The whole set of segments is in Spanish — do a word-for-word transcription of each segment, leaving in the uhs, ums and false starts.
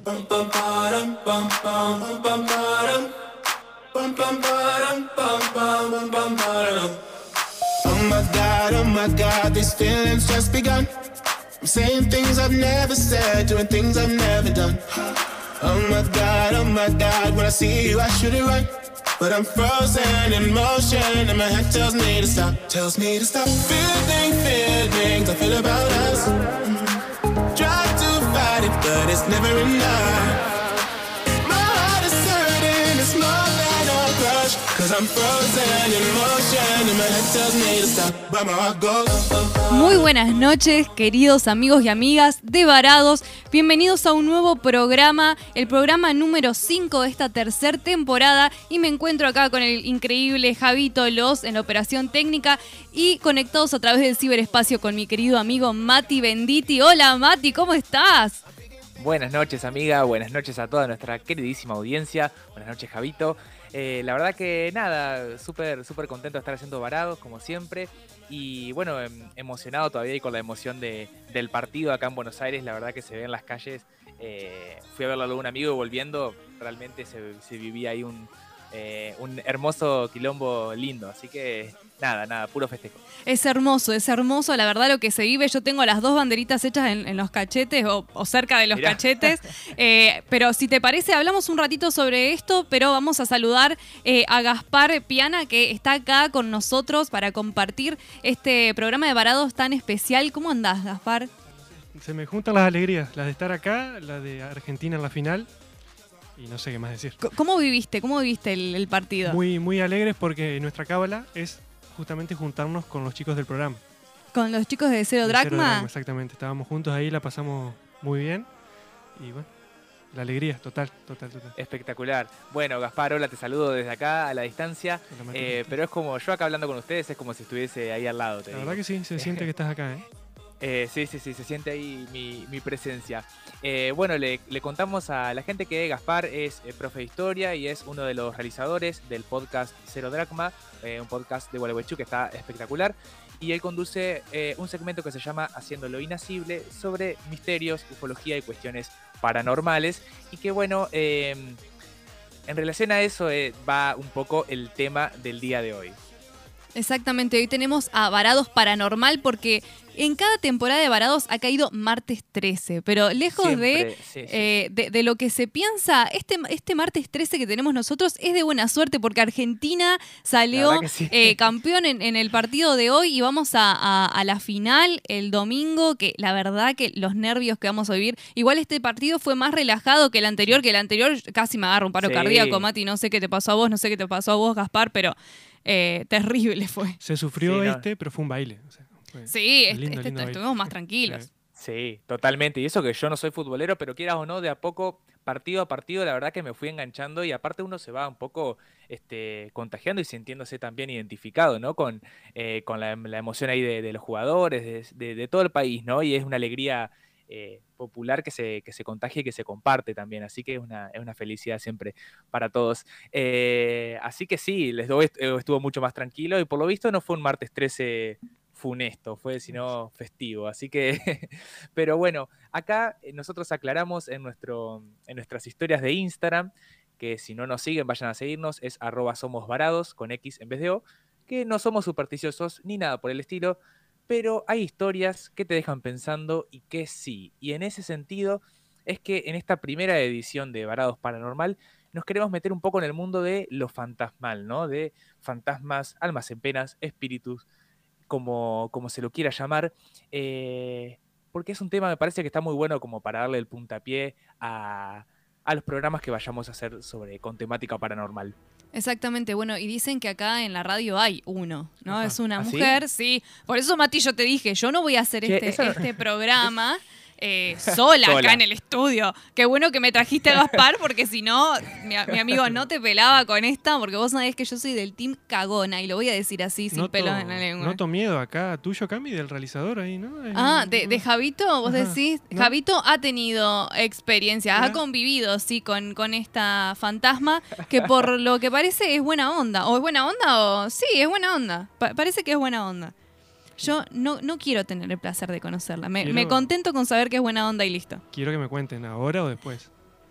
Oh my God, oh my God, these feelings just begun. I'm saying things I've never said, doing things I've never done. Oh my God, oh my God, when I see you I should it right, but I'm frozen in motion and my head tells me to stop, tells me to stop. Feeling feelings I feel about us. Mm-hmm. Try to fight it, but it's never enough. My heart is hurting, it's more than a crush, cause I'm frozen in motion and my head tells me to stop, but my heart goes. Muy buenas noches, queridos amigos y amigas de Varados. Bienvenidos a un nuevo programa, el programa número cinco de esta tercera temporada. Y me encuentro acá con el increíble Javito Los en la operación técnica y conectados a través del ciberespacio con mi querido amigo Mati Benditi. Hola Mati, ¿cómo estás? Buenas noches, amiga. Buenas noches a toda nuestra queridísima audiencia. Buenas noches, Javito. Eh, la verdad que nada, súper súper contento de estar haciendo Varados, como siempre. Y bueno, em, emocionado todavía y con la emoción de, del partido acá en Buenos Aires. La verdad que se ve en las calles. Eh, fui a verlo a un amigo y volviendo, realmente se, se vivía ahí un, eh, un hermoso quilombo lindo. Así que nada, nada, puro festejo. Es hermoso, es hermoso, la verdad lo que se vive. Yo tengo las dos banderitas hechas en, en los cachetes o, o cerca de los Mirá. cachetes. Eh, pero si te parece, hablamos un ratito sobre esto, pero vamos a saludar eh, a Gaspar Piana, que está acá con nosotros para compartir este programa de Varados tan especial. ¿Cómo andás, Gaspar? Se me juntan las alegrías, las de estar acá, la de Argentina en la final. Y no sé qué más decir. ¿Cómo viviste? ¿Cómo viviste el, el partido? Muy, muy alegres porque nuestra cábala es justamente juntarnos con los chicos del programa. ¿Con los chicos de Cero Dracma? Cero Dracma, exactamente. Estábamos juntos ahí, la pasamos muy bien. Y bueno, la alegría, total, total, total. Espectacular. Bueno, Gaspar, hola, te saludo desde acá a la distancia. Eh, pero es como, yo acá hablando con ustedes, es como si estuviese ahí al lado. Te la digo. verdad que sí, se siente que estás acá, ¿eh? Eh, sí, sí, sí, se siente ahí mi, mi presencia. Eh, bueno, le, le contamos a la gente que Gaspar es eh, profe de historia y es uno de los realizadores del podcast Cero Dracma, eh, un podcast de Gualeguaychú que está espectacular. Y él conduce eh, un segmento que se llama Haciendo lo Inasible sobre misterios, ufología y cuestiones paranormales. Y que bueno, eh, en relación a eso eh, va un poco el tema del día de hoy. Exactamente, hoy tenemos a Varados Paranormal porque en cada temporada de Varados ha caído martes trece, pero lejos Siempre, de, sí, sí. Eh, de, de lo que se piensa, este, este martes trece que tenemos nosotros es de buena suerte porque Argentina salió sí. eh, campeón en, en el partido de hoy y vamos a, a, a la final el domingo, que la verdad que los nervios que vamos a vivir, igual este partido fue más relajado que el anterior, que el anterior casi me agarra un paro sí. cardíaco, Mati, no sé qué te pasó a vos, no sé qué te pasó a vos, Gaspar, pero... Eh, terrible fue. Se sufrió sí, no. este, pero fue un baile. O sea, fue sí, este, lindo, este, lindo estuvimos baile. más tranquilos. Sí, totalmente. Y eso que yo no soy futbolero, pero quieras o no, de a poco, partido a partido, la verdad que me fui enganchando y aparte uno se va un poco este, contagiando y sintiéndose también identificado, ¿no? Con, eh, con la, la emoción ahí de, de los jugadores, de, de, de todo el país, ¿no? Y es una alegría eh, popular que se, que se contagia y que se comparte también. Así que es una, es una felicidad siempre para todos. Eh, así que sí, les doy, estuvo mucho más tranquilo y por lo visto no fue un martes trece funesto, fue sino festivo, así que, pero bueno, acá nosotros aclaramos en, nuestro, en nuestras historias de Instagram, que si no nos siguen vayan a seguirnos, es arroba somos varados con X en vez de O, que no somos supersticiosos ni nada por el estilo, pero hay historias que te dejan pensando y que sí, y en ese sentido es que en esta primera edición de Varados Paranormal nos queremos meter un poco en el mundo de lo fantasmal, ¿no? De fantasmas, almas en penas, espíritus, Como, como se lo quiera llamar, eh, porque es un tema, me parece que está muy bueno como para darle el puntapié a, a los programas que vayamos a hacer sobre con temática paranormal. Exactamente, bueno, y dicen que acá en la radio hay uno, ¿no? Ajá. Es una ¿Ah, mujer, sí? sí. Por eso, Mati, yo te dije, yo no voy a hacer este, Eso... este programa eh, sola, sola acá en el estudio. Qué bueno que me trajiste a Gaspar, porque si no, mi, mi amigo no te pelaba con esta, porque vos sabés que yo soy del team cagona, y lo voy a decir así, sin noto, pelos en la lengua. Noto miedo acá, tuyo, Cami, del realizador ahí, ¿no? Ah, de, de Javito, vos Ajá, decís. ¿no? Javito ha tenido experiencia, ha convivido, sí, con, con esta fantasma, que por lo que parece es buena onda. ¿O es buena onda o...? Sí, es buena onda. Pa- parece que es buena onda. Yo no, no quiero tener el placer de conocerla. Me, Quiero- me contento con saber que es buena onda y listo. Quiero que me cuenten, ¿ahora o después?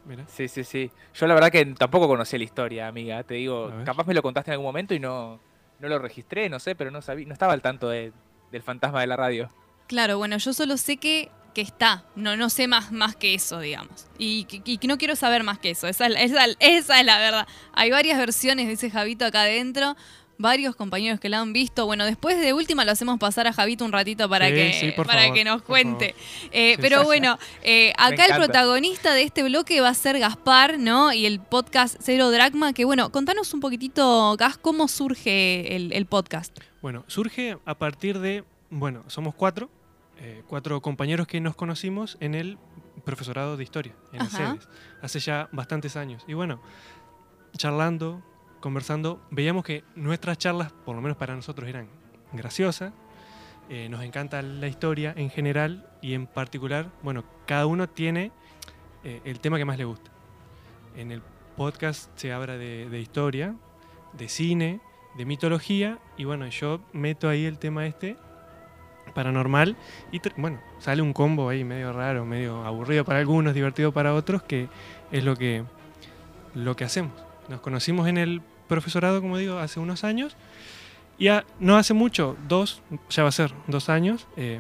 Mira. Sí, sí, sí. Yo la verdad que tampoco conocía la historia, amiga. Te digo, A ver. capaz me lo contaste en algún momento y no, no lo registré, no sé, pero no sabía, no estaba al tanto de- del fantasma de la radio. Claro, bueno, yo solo sé que, que está, no, no sé más, más que eso, digamos. Y que, y que no quiero saber más que eso, esa es, la- esa, esa es la verdad. Hay varias versiones de ese Javito acá adentro, varios compañeros que la han visto. Bueno, después de última lo hacemos pasar a Javito un ratito para, Sí, que, sí, por para favor, que nos por cuente. Eh, Sí, pero sí. bueno, eh, acá el encanta. protagonista de este bloque va a ser Gaspar, ¿no? Y el podcast Cero Dracma, que bueno, contanos un poquitito, Gas, cómo surge el, el podcast. Bueno, surge a partir de, bueno, somos cuatro, eh, cuatro compañeros que nos conocimos en el profesorado de historia, en las Ajá. sedes, hace ya bastantes años. Y bueno, charlando, conversando, veíamos que nuestras charlas, por lo menos para nosotros, eran graciosas. Eh, nos encanta la historia en general y en particular, bueno, cada uno tiene eh, el tema que más le gusta. En el podcast se habla de, de historia, de cine, de mitología y bueno, yo meto ahí el tema este paranormal y tr- bueno, sale un combo ahí medio raro, medio aburrido para algunos, divertido para otros, que es lo que, lo que hacemos. Nos conocimos en el profesorado, como digo, hace unos años y a- no hace mucho, dos, ya va a ser dos años, eh,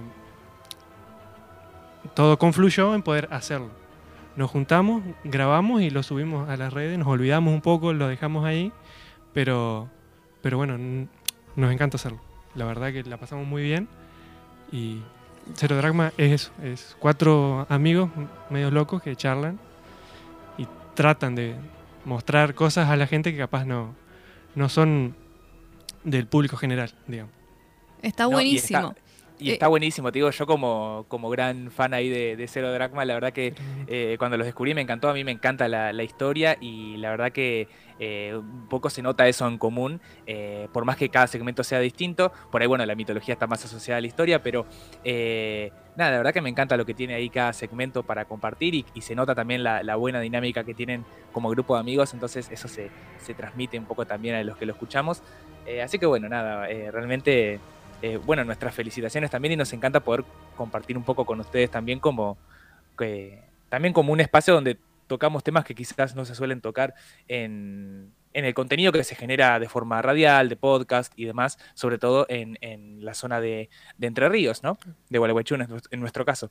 todo confluyó en poder hacerlo. Nos juntamos, grabamos y lo subimos a las redes, nos olvidamos un poco, lo dejamos ahí, pero, pero bueno, n- nos encanta hacerlo. La verdad que la pasamos muy bien y Cero Dracma es eso, es cuatro amigos medio locos que charlan y tratan de mostrar cosas a la gente que capaz no, no son del público general, digamos. Está No, y buenísimo. está- Y Eh, está buenísimo, te digo, yo como, como gran fan ahí de, de Cero Dracma, la verdad que eh, cuando los descubrí me encantó, a mí me encanta la, la historia y la verdad que eh, un poco se nota eso en común, eh, por más que cada segmento sea distinto, por ahí bueno, la mitología está más asociada a la historia, pero eh, nada, la verdad que me encanta lo que tiene ahí cada segmento para compartir y, y se nota también la, la buena dinámica que tienen como grupo de amigos, entonces eso se, se transmite un poco también a los que lo escuchamos, eh, así que bueno, nada, eh, realmente... Eh, bueno, nuestras felicitaciones también y nos encanta poder compartir un poco con ustedes también como, que, también como un espacio donde tocamos temas que quizás no se suelen tocar en, en el contenido que se genera de forma radial, de podcast y demás, sobre todo en, en la zona de, de Entre Ríos, ¿no? De Gualeguaychú en, en nuestro caso.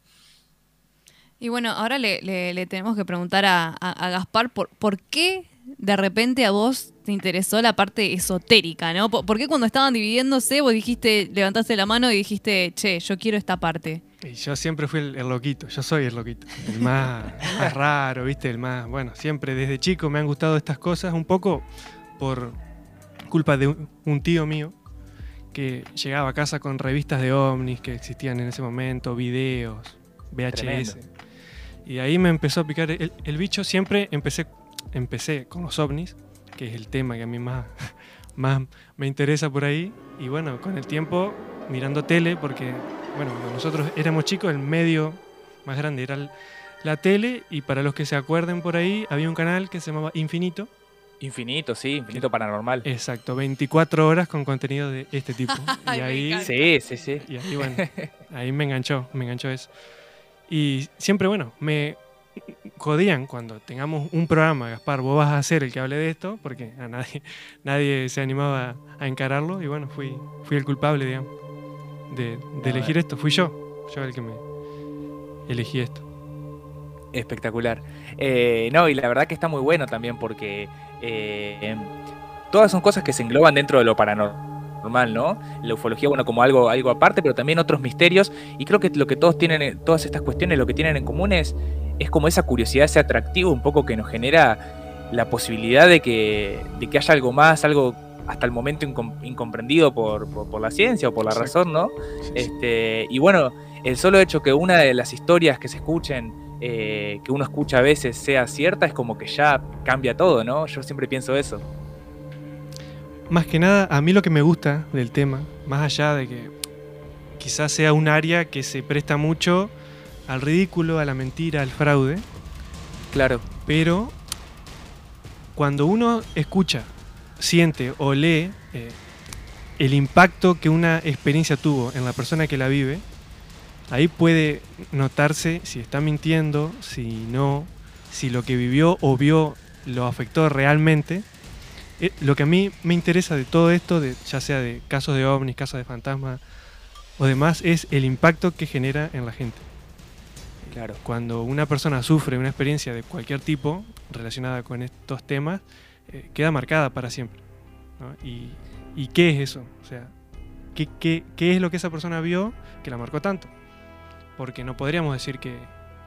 Y bueno, ahora le, le- le tenemos que preguntar a, a- a Gaspar por, por qué de repente a vos te interesó la parte esotérica, ¿no? ¿Por, por qué cuando estaban dividiéndose vos dijiste, levantaste la mano y dijiste, che, yo quiero esta parte? Y yo siempre fui el, el loquito, yo soy el loquito, el más, el más raro, ¿viste? El más, bueno, siempre desde chico me han gustado estas cosas, un poco por culpa de un, un tío mío que llegaba a casa con revistas de ovnis que existían en ese momento, videos, V H S. Tremendo. Y ahí me empezó a picar el, el bicho, siempre empecé, empecé con los ovnis, que es el tema que a mí más, más me interesa por ahí, y bueno, con el tiempo mirando tele, porque bueno, cuando nosotros éramos chicos, el medio más grande era el- la tele, y para los que se acuerden por ahí, había un canal que se llamaba Infinito, Infinito, sí, Infinito Paranormal. exacto, veinticuatro horas con contenido de este tipo. Ay, y me ahí, encanta. Sí, sí, sí. y ahí bueno, ahí me enganchó, me enganchó eso. Y siempre, bueno, me jodían cuando tengamos un programa, Gaspar, vos vas a ser el que hable de esto, porque a nadie, nadie se animaba a encararlo, y bueno, fui, fui el culpable, digamos, de, de elegir esto, fui yo, yo el que me elegí esto. Espectacular. Eh, no, y la verdad que está muy bueno también porque eh, em, todas son cosas que se engloban dentro de lo paranormal, ¿no? La ufología, bueno, como algo, algo aparte, pero también otros misterios. Y creo que lo que todos tienen, eh, todas estas cuestiones, lo que tienen en común es, es como esa curiosidad, ese atractivo un poco que nos genera la posibilidad de que, de que haya algo más, algo hasta el momento incom- incomprendido por, por, por la ciencia o por la Exacto. razón, ¿no? Sí, sí. Este, y bueno, el solo hecho que una de las historias que se escuchen, eh, que uno escucha a veces, sea cierta, es como que ya cambia todo, ¿no? Yo siempre pienso eso. Más que nada, a mí lo que me gusta del tema, más allá de que quizás sea un área que se presta mucho al ridículo, a la mentira, al fraude, Claro. pero cuando uno escucha, siente o lee eh, el impacto que una experiencia tuvo en la persona que la vive, ahí puede notarse si está mintiendo, si no, si lo que vivió o vio lo afectó realmente. Eh, lo que a mí me interesa de todo esto, de, ya sea de casos de ovnis, casos de fantasmas o demás, es el impacto que genera en la gente. Claro. Cuando una persona sufre una experiencia de cualquier tipo relacionada con estos temas, eh, queda marcada para siempre, ¿no? Y, ¿Y qué es eso? O sea, ¿qué, qué, qué es lo que esa persona vio que la marcó tanto? Porque no podríamos decir que,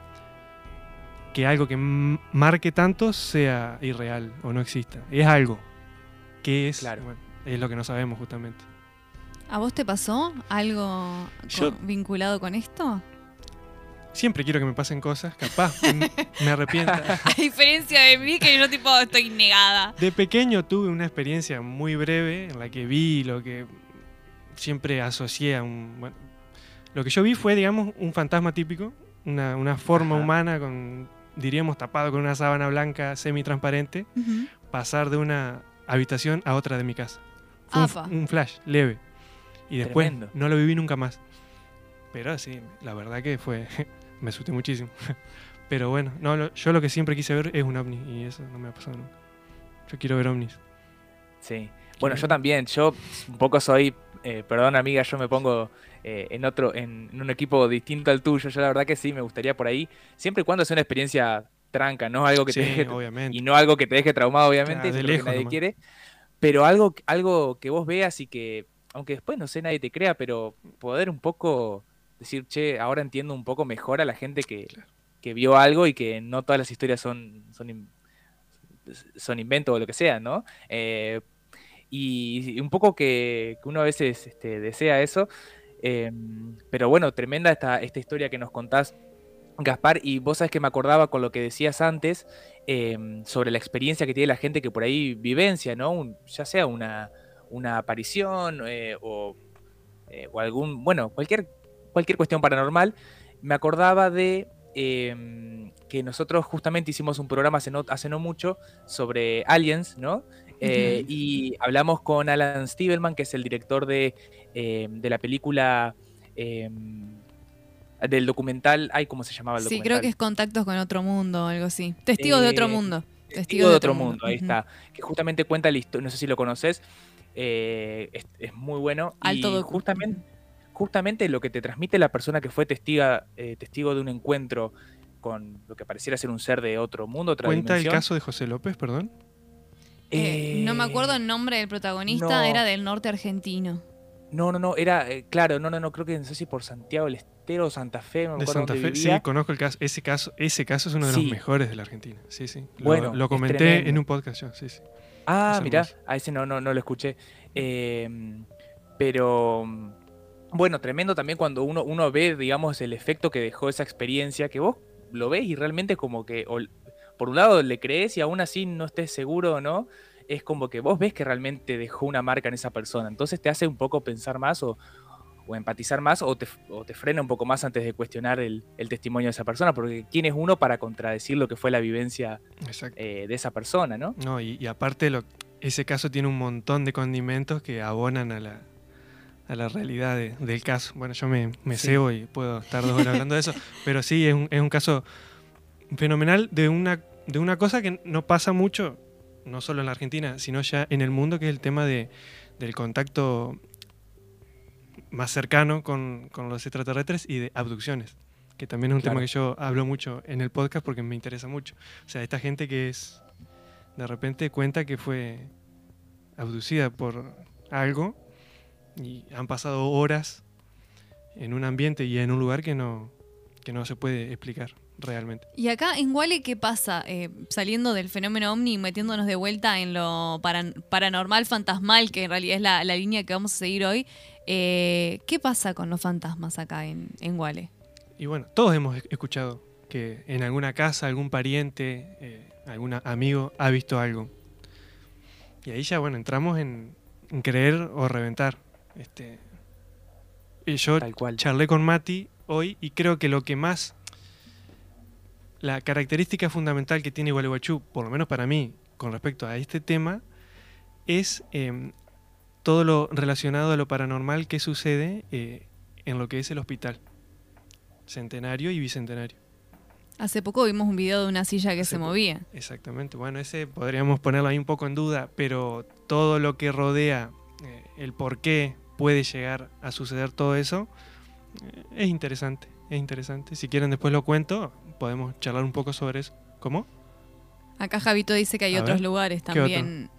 que algo que m- marque tanto sea irreal o no exista. Es algo. ¿Qué es? Claro. Bueno, es lo que no sabemos justamente. ¿A vos te pasó algo Yo- con- vinculado con esto? Siempre quiero que me pasen cosas, capaz m- me arrepienta. A diferencia de mí, que yo tipo estoy negada. De pequeño tuve una experiencia muy breve en la que vi lo que siempre asocié a un... Bueno, lo que yo vi fue, digamos, un fantasma típico, una, una forma Ajá. humana, con, diríamos, tapado con una sábana blanca semi-transparente, Ujú. pasar de una habitación a otra de mi casa. Fue un, Apa. un flash leve. Y después Tremendo. no lo viví nunca más. Pero sí, la verdad que fue... me asusté muchísimo. Pero bueno, no, lo- yo lo que siempre quise ver es un ovni y eso no me ha pasado nunca. Yo quiero ver ovnis. Sí. Bueno, yo también, yo un poco soy, eh, perdón amiga, yo me pongo eh, en otro, en, en un equipo distinto al tuyo. Yo la verdad que sí, me gustaría por ahí, siempre y cuando sea una experiencia tranca, no algo que Sí, te deje, obviamente. y no algo que te deje traumado, obviamente, Claro, eso de es lo que lejos nadie nomás. quiere, pero algo, algo que vos veas y que, aunque después no sé, nadie te crea, pero poder un poco decir, che, ahora entiendo un poco mejor a la gente que, que vio algo y que no todas las historias son, son, in- son inventos o lo que sea, ¿no? Eh, y, y un poco que, que uno a veces este, desea eso, eh, pero bueno, tremenda esta, esta historia que nos contás, Gaspar, y vos sabés que me acordaba con lo que decías antes eh, sobre la experiencia que tiene la gente que por ahí vivencia, ¿no? Un- ya sea una, una aparición eh, o, eh, o algún, bueno, cualquier, cualquier cuestión paranormal. Me acordaba de eh, que nosotros justamente hicimos un programa hace no, hace no mucho sobre aliens, ¿no? Eh, Ujú. y hablamos con Alan Stivelman, que es el director de, eh, de la película... eh, del documental, ay, ¿cómo se llamaba el Sí, documental? creo que es Contactos con Otro Mundo o algo así. Testigos de Eh, Otro Mundo. Testigo de otro mundo, ahí Ujú. está. Que justamente cuenta la historia, no sé si lo conoces, eh, es, es muy bueno. Alto Y docu. justamente, Ujú. justamente lo que te transmite la persona que fue testiga, eh, testigo de un encuentro con lo que pareciera ser un ser de otro mundo, otra ¿Cuenta el dimensión. caso de José López, perdón? Eh, no me acuerdo el Eh, nombre del protagonista, no. era del norte argentino. No, no, no, era, eh, claro, no, no, no, creo que no sé si por Santiago del Estero o Santa Fe, no me De acuerdo Santa dónde Fe. vivía. Sí, conozco el caso. Ese caso, ese caso es uno de Sí. los mejores de la Argentina. Sí, sí. Lo, Bueno, lo es comenté tremendo. en un podcast yo, sí, sí. Ah, Es mirá, hermoso. a ese no, no, no lo escuché. Eh, pero mm, bueno, tremendo también cuando uno, uno ve, digamos, el efecto que dejó esa experiencia, que vos lo ves y realmente como que, o- por un lado le crees y aún así no estés seguro o no, es como que vos ves que realmente dejó una marca en esa persona. Entonces te hace un poco pensar más o, o empatizar más o te, o te frena un poco más antes de cuestionar el, el testimonio de esa persona, porque ¿quién es uno para contradecir lo que fue la vivencia Exacto. eh, de esa persona, ¿no? No, y, y aparte lo, ese caso tiene un montón de condimentos que abonan a la, a la realidad de- del caso. Bueno, yo me, me Sí. cebo y puedo estar dos horas hablando de eso, pero sí, es un, es un caso fenomenal de una, de una cosa que no pasa mucho, no solo en la Argentina, sino ya en el mundo, que es el tema de, del contacto más cercano con, con los extraterrestres y de abducciones, que también es un Claro. tema que yo hablo mucho en el podcast porque me interesa mucho. O sea, esta gente que es, de repente cuenta que fue abducida por algo y han pasado horas en un ambiente y en un lugar que no, que no se puede explicar realmente. Y acá en Wale, ¿qué pasa? Eh, saliendo del fenómeno ovni y metiéndonos de vuelta en lo paran- paranormal, fantasmal, que en realidad es la, la línea que vamos a seguir hoy. eh, ¿Qué pasa con los fantasmas acá en, en Wale? Y bueno, todos hemos escuchado que en alguna casa algún pariente, eh, algún amigo ha visto algo. Y ahí ya, bueno, entramos en, en creer o reventar. Este, y yo Tal cual. charlé con Mati hoy y creo que lo que más, la característica fundamental que tiene Gualeguaychú, por lo menos para mí, con respecto a este tema, es eh, todo lo relacionado a lo paranormal que sucede eh, en lo que es el hospital Centenario y Bicentenario. Hace poco vimos un video de una silla que Hace se poco. movía. Exactamente, bueno, ese podríamos ponerlo ahí un poco en duda, pero todo lo que rodea eh, el por qué puede llegar a suceder todo eso eh, es interesante, es interesante. Si quieren después lo cuento, podemos charlar un poco sobre eso. ¿Cómo? Acá Javito dice que hay A otros ver, lugares ¿qué también.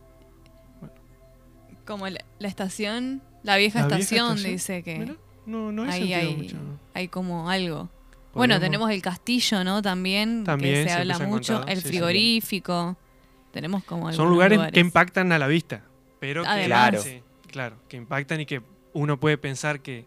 Como la, la estación, la vieja ¿La vieja estación, estación? dice que Mirá, no, no he ahí sentido hay, mucho. hay como algo. Bueno, Podríamos- tenemos el castillo, ¿no? También, También, que se siempre habla se han mucho. contado, El sí, sí. frigorífico. Tenemos como Son algunos lugares, lugares. que impactan a la vista, pero que, Además. Claro. sí, claro, que impactan y que uno puede pensar que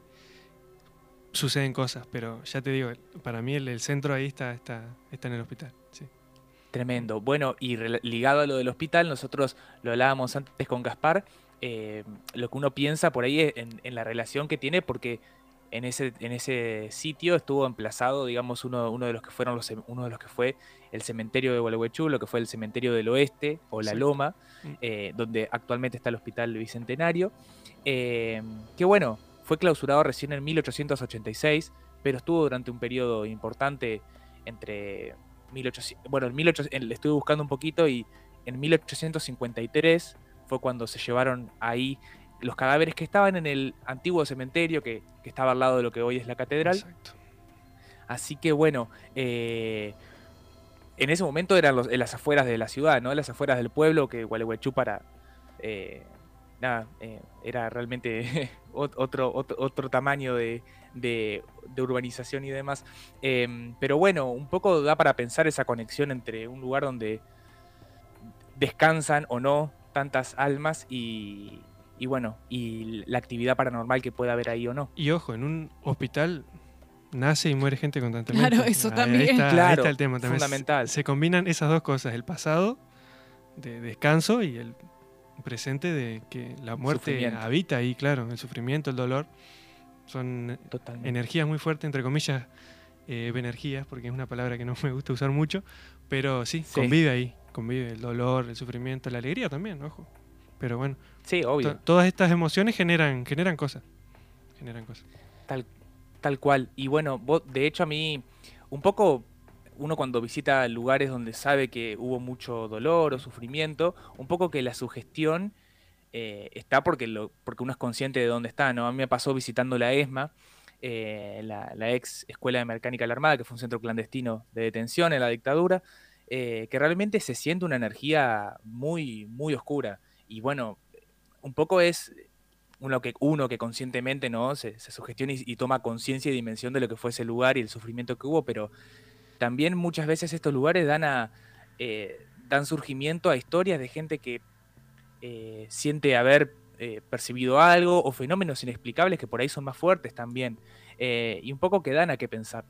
suceden cosas, pero ya te digo, para mí el, el centro ahí está, está, está en el hospital. Sí. Tremendo. Bueno, y rela- ligado a lo del hospital, nosotros lo hablábamos antes con Gaspar, eh, lo que uno piensa por ahí es en, en la relación que tiene, porque en ese, en ese sitio estuvo emplazado, digamos, uno, uno de los que fueron los, cem- uno de los que fue el cementerio de Gualeguaychú, lo que fue el cementerio del Oeste o la Exacto. Loma, Mm. eh, donde actualmente está el Hospital Bicentenario. Eh, que bueno, fue clausurado recién en mil ochocientos ochenta y seis, pero estuvo durante un periodo importante entre mil ochocientos, bueno, en mil ochocientos, le estuve buscando un poquito y en mil ochocientos cincuenta y tres fue cuando se llevaron ahí los cadáveres que estaban en el antiguo cementerio que, que estaba al lado de lo que hoy es la catedral. Exacto. Así que bueno, eh, en ese momento eran los, en las afueras de la ciudad, ¿no? En las afueras del pueblo, que Gualeguaychú para... eh, nada, eh, era realmente ot- otro, otro, otro tamaño de, de- de urbanización y demás. Eh, pero bueno, un poco da para pensar esa conexión entre un lugar donde descansan o no tantas almas y, y bueno, y la actividad paranormal que pueda haber ahí o no. Y ojo, en un hospital nace y muere gente constantemente. Claro, eso Ahí- también. Ahí está, ahí Claro, está el tema también. fundamental. Se, se combinan esas dos cosas, el pasado de descanso y el presente de que la muerte Sufrimiento. habita ahí, claro, el sufrimiento, el dolor. Son Totalmente. energías muy fuertes, entre comillas, eh, energías, porque es una palabra que no me gusta usar mucho, pero sí, Sí. convive ahí, convive el dolor, el sufrimiento, la alegría también, ojo. Pero bueno, Sí, obvio. to- todas estas emociones generan, generan cosas, generan cosas. Tal, tal cual. Y bueno, vos, de hecho a mí, un poco, uno cuando visita lugares donde sabe que hubo mucho dolor o sufrimiento, un poco que la sugestión eh, está porque, lo, porque uno es consciente de dónde está, ¿no? A mí me pasó visitando la ESMA, eh, la, la ex Escuela de Mecánica de la Armada, que fue un centro clandestino de detención en la dictadura, eh, que realmente se siente una energía muy, muy oscura. Y bueno, un poco es uno que, uno que conscientemente, ¿no? se, se sugestiona y, y toma conciencia y dimensión de lo que fue ese lugar y el sufrimiento que hubo, pero también muchas veces estos lugares dan, a, eh, dan surgimiento a historias de gente que eh, siente haber eh, percibido algo o fenómenos inexplicables que por ahí son más fuertes también, eh, y un poco que dan a qué pensar.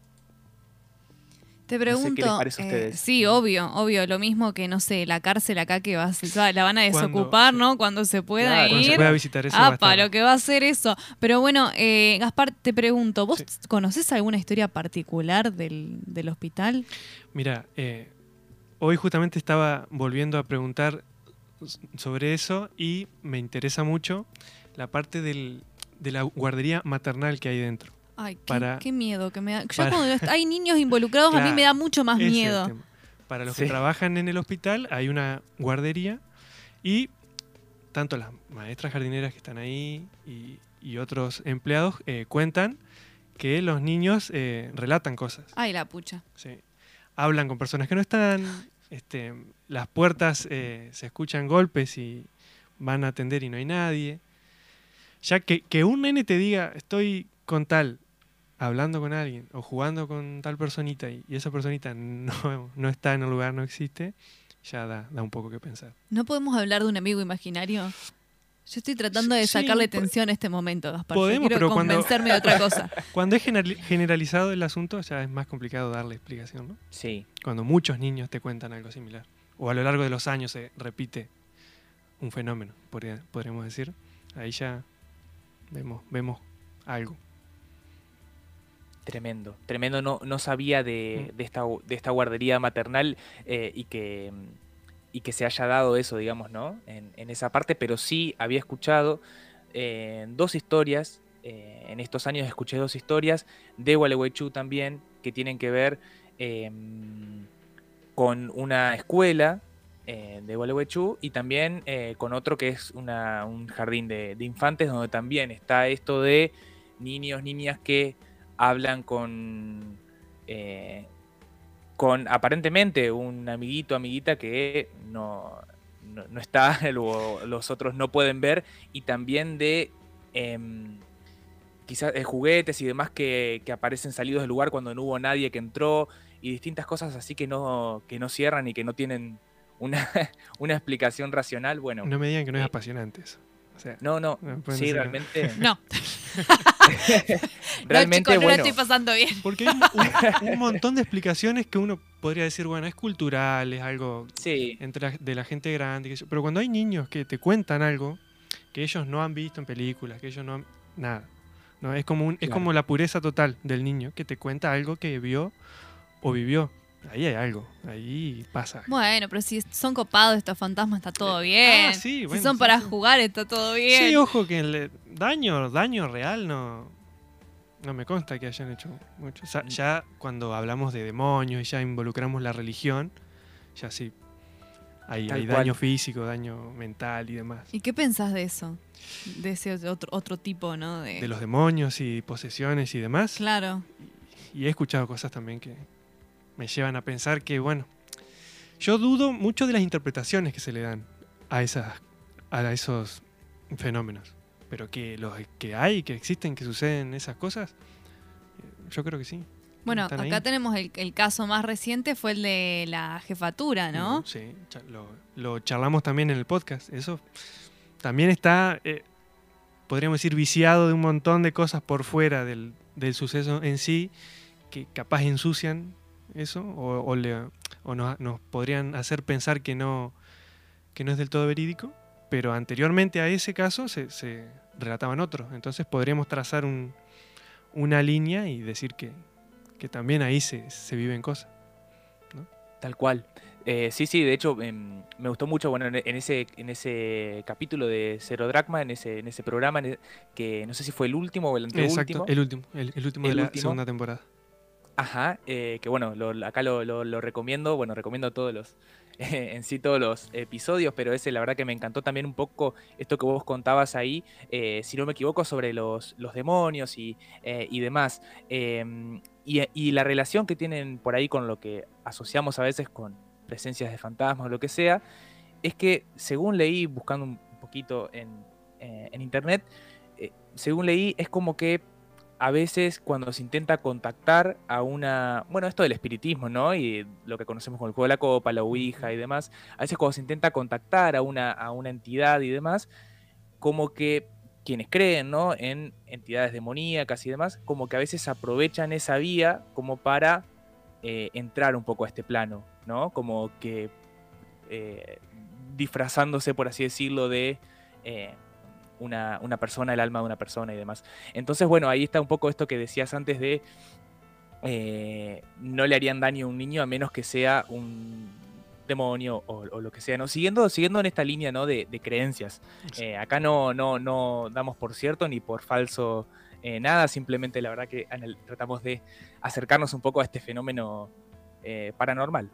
Te No sé qué les pregunto, parece a eh, ustedes. sí, obvio, obvio, lo mismo que, no sé, la cárcel acá que va a, se va- la van a Cuando- desocupar, sí. ¿no? Cuando se pueda Claro, Cuando se ir. pueda visitar eso va a Ah, estar- para lo que va a ser eso. Pero bueno, eh, Gaspar, te pregunto, ¿vos Sí. conocés alguna historia particular del, del hospital? Mira, eh, hoy justamente estaba volviendo a preguntar s- sobre eso y me interesa mucho la parte del- de la guardería maternal que hay dentro. Ay, qué, Para- qué miedo que me da. Yo para- cuando est- hay niños involucrados a mí Claro, me da mucho más Ese es el miedo. tema. Para los Sí. que trabajan en el hospital hay una guardería y tanto las maestras jardineras que están ahí y, y otros empleados eh, cuentan que los niños eh, relatan cosas. Ay, la pucha. Sí. Hablan con personas que no están, este, las puertas eh, se escuchan golpes y van a atender y no hay nadie. Ya que, que un nene te diga, estoy con tal, hablando con alguien o jugando con tal personita y, y esa personita no, no está en el lugar, no existe, ya da, da un poco que pensar. ¿No podemos hablar de un amigo imaginario? Yo estoy tratando de Sí, sacarle po- tensión a este momento, Gaspar. Yo podemos, quiero pero cuando- convencerme de otra cosa. Cuando es generali- generalizado el asunto ya es más complicado darle explicación, ¿no? Sí, Cuando muchos niños te cuentan algo similar. O a lo largo de los años se repite un fenómeno, podría- podríamos decir. Ahí ya vemos, vemos algo. tremendo. Tremendo, no, no sabía de, Mm. de, esta, de esta guardería maternal eh, y, que, y que se haya dado eso, digamos, ¿no? En, en esa parte, pero sí había escuchado eh, dos historias. Eh, en estos años escuché dos historias de Gualeguaychú también que tienen que ver eh, con una escuela eh, de Gualeguaychú y también eh, con otro que es una, un jardín de, de infantes donde también está esto de niños, niñas que hablan con, eh, con aparentemente un amiguito, amiguita que no, no, no está, o los otros no pueden ver, y también de eh, quizás eh, juguetes y demás que, que aparecen salidos del lugar cuando no hubo nadie que entró, y distintas cosas así que no, que no cierran y que no tienen una, una explicación racional. Bueno, No me digan que no es eh, apasionante eso. O sea, no, no, no pueden sí, decir- realmente, No, realmente, no, chicos, no la bueno, estoy pasando bien. Porque hay un, un montón de explicaciones que uno podría decir, bueno, es cultural, es algo sí, entre la- de la gente grande. qué sé yo. Pero cuando hay niños que te cuentan algo que ellos no han visto en películas, que ellos no han... Nada. No, es como, un, es Claro. como la pureza total del niño que te cuenta algo que vio o vivió. Ahí hay algo, ahí pasa. Bueno, pero si son copados estos fantasmas está todo bien. ah, sí, bueno, si son sí, para sí. jugar está todo bien. Sí, ojo que el daño, daño real no, no me consta que hayan hecho mucho. O sea, ya cuando hablamos de demonios y ya involucramos la religión, ya sí, hay, Tal hay cual. daño físico, daño mental y demás. ¿Y qué pensás de eso? De ese otro, otro tipo, ¿no? De, De los demonios y posesiones y demás. Claro. Y he escuchado cosas también que me llevan a pensar que, bueno, yo dudo mucho de las interpretaciones que se le dan a, esas, a esos fenómenos. Pero que los que hay, que existen, que suceden esas cosas, eh, yo creo que sí. Bueno, Están acá ahí. tenemos el, el caso más reciente, fue el de la jefatura, ¿no? Mm, Sí, cha- lo, lo charlamos también en el podcast. Eso también está, eh, podríamos decir, viciado de un montón de cosas por fuera del, del suceso en sí, que capaz ensucian eso, o, o, le- o nos, nos podrían hacer pensar que no, que no es del todo verídico, pero anteriormente a ese caso se, se relataban otros. Entonces podríamos trazar un- una línea y decir que, que también ahí se, se viven cosas. tal cual. Eh, sí, sí, de hecho em, me gustó mucho, bueno, en, en ese, en ese capítulo de Cero Dracma, en ese, en ese programa, en e- que no sé si fue el último o el anteúltimo. Exacto, el último, el, el último El de la último. segunda temporada. Ajá, eh, que bueno, lo- acá lo, lo- lo recomiendo, bueno, recomiendo todos los, en sí todos los episodios, pero ese la verdad que me encantó también un poco esto que vos contabas ahí, eh, si no me equivoco, sobre los, los demonios y, eh, y demás. Eh, y, y la relación que tienen por ahí con lo que asociamos a veces con presencias de fantasmas o lo que sea, es que según leí, buscando un poquito en, eh, en internet, eh, según leí, es como que a veces cuando se intenta contactar a una... Bueno, esto del espiritismo, ¿no? Y lo que conocemos con el juego de la copa, la ouija y demás. A veces cuando se intenta contactar a una, a una entidad y demás, como que quienes creen, ¿no? En entidades demoníacas y demás, como que a veces aprovechan esa vía como para eh, entrar un poco a este plano, ¿no? Como que eh, disfrazándose, por así decirlo, de... eh, una, una persona, el alma de una persona y demás. Entonces, bueno, ahí está un poco esto que decías antes de eh, no le harían daño a un niño a menos que sea un demonio o, o lo que sea, ¿no? Siguiendo, siguiendo en esta línea, ¿no? de, de creencias. Eh, acá no, no, no damos por cierto ni por falso eh, nada, simplemente la verdad que anal- tratamos de acercarnos un poco a este fenómeno eh, paranormal.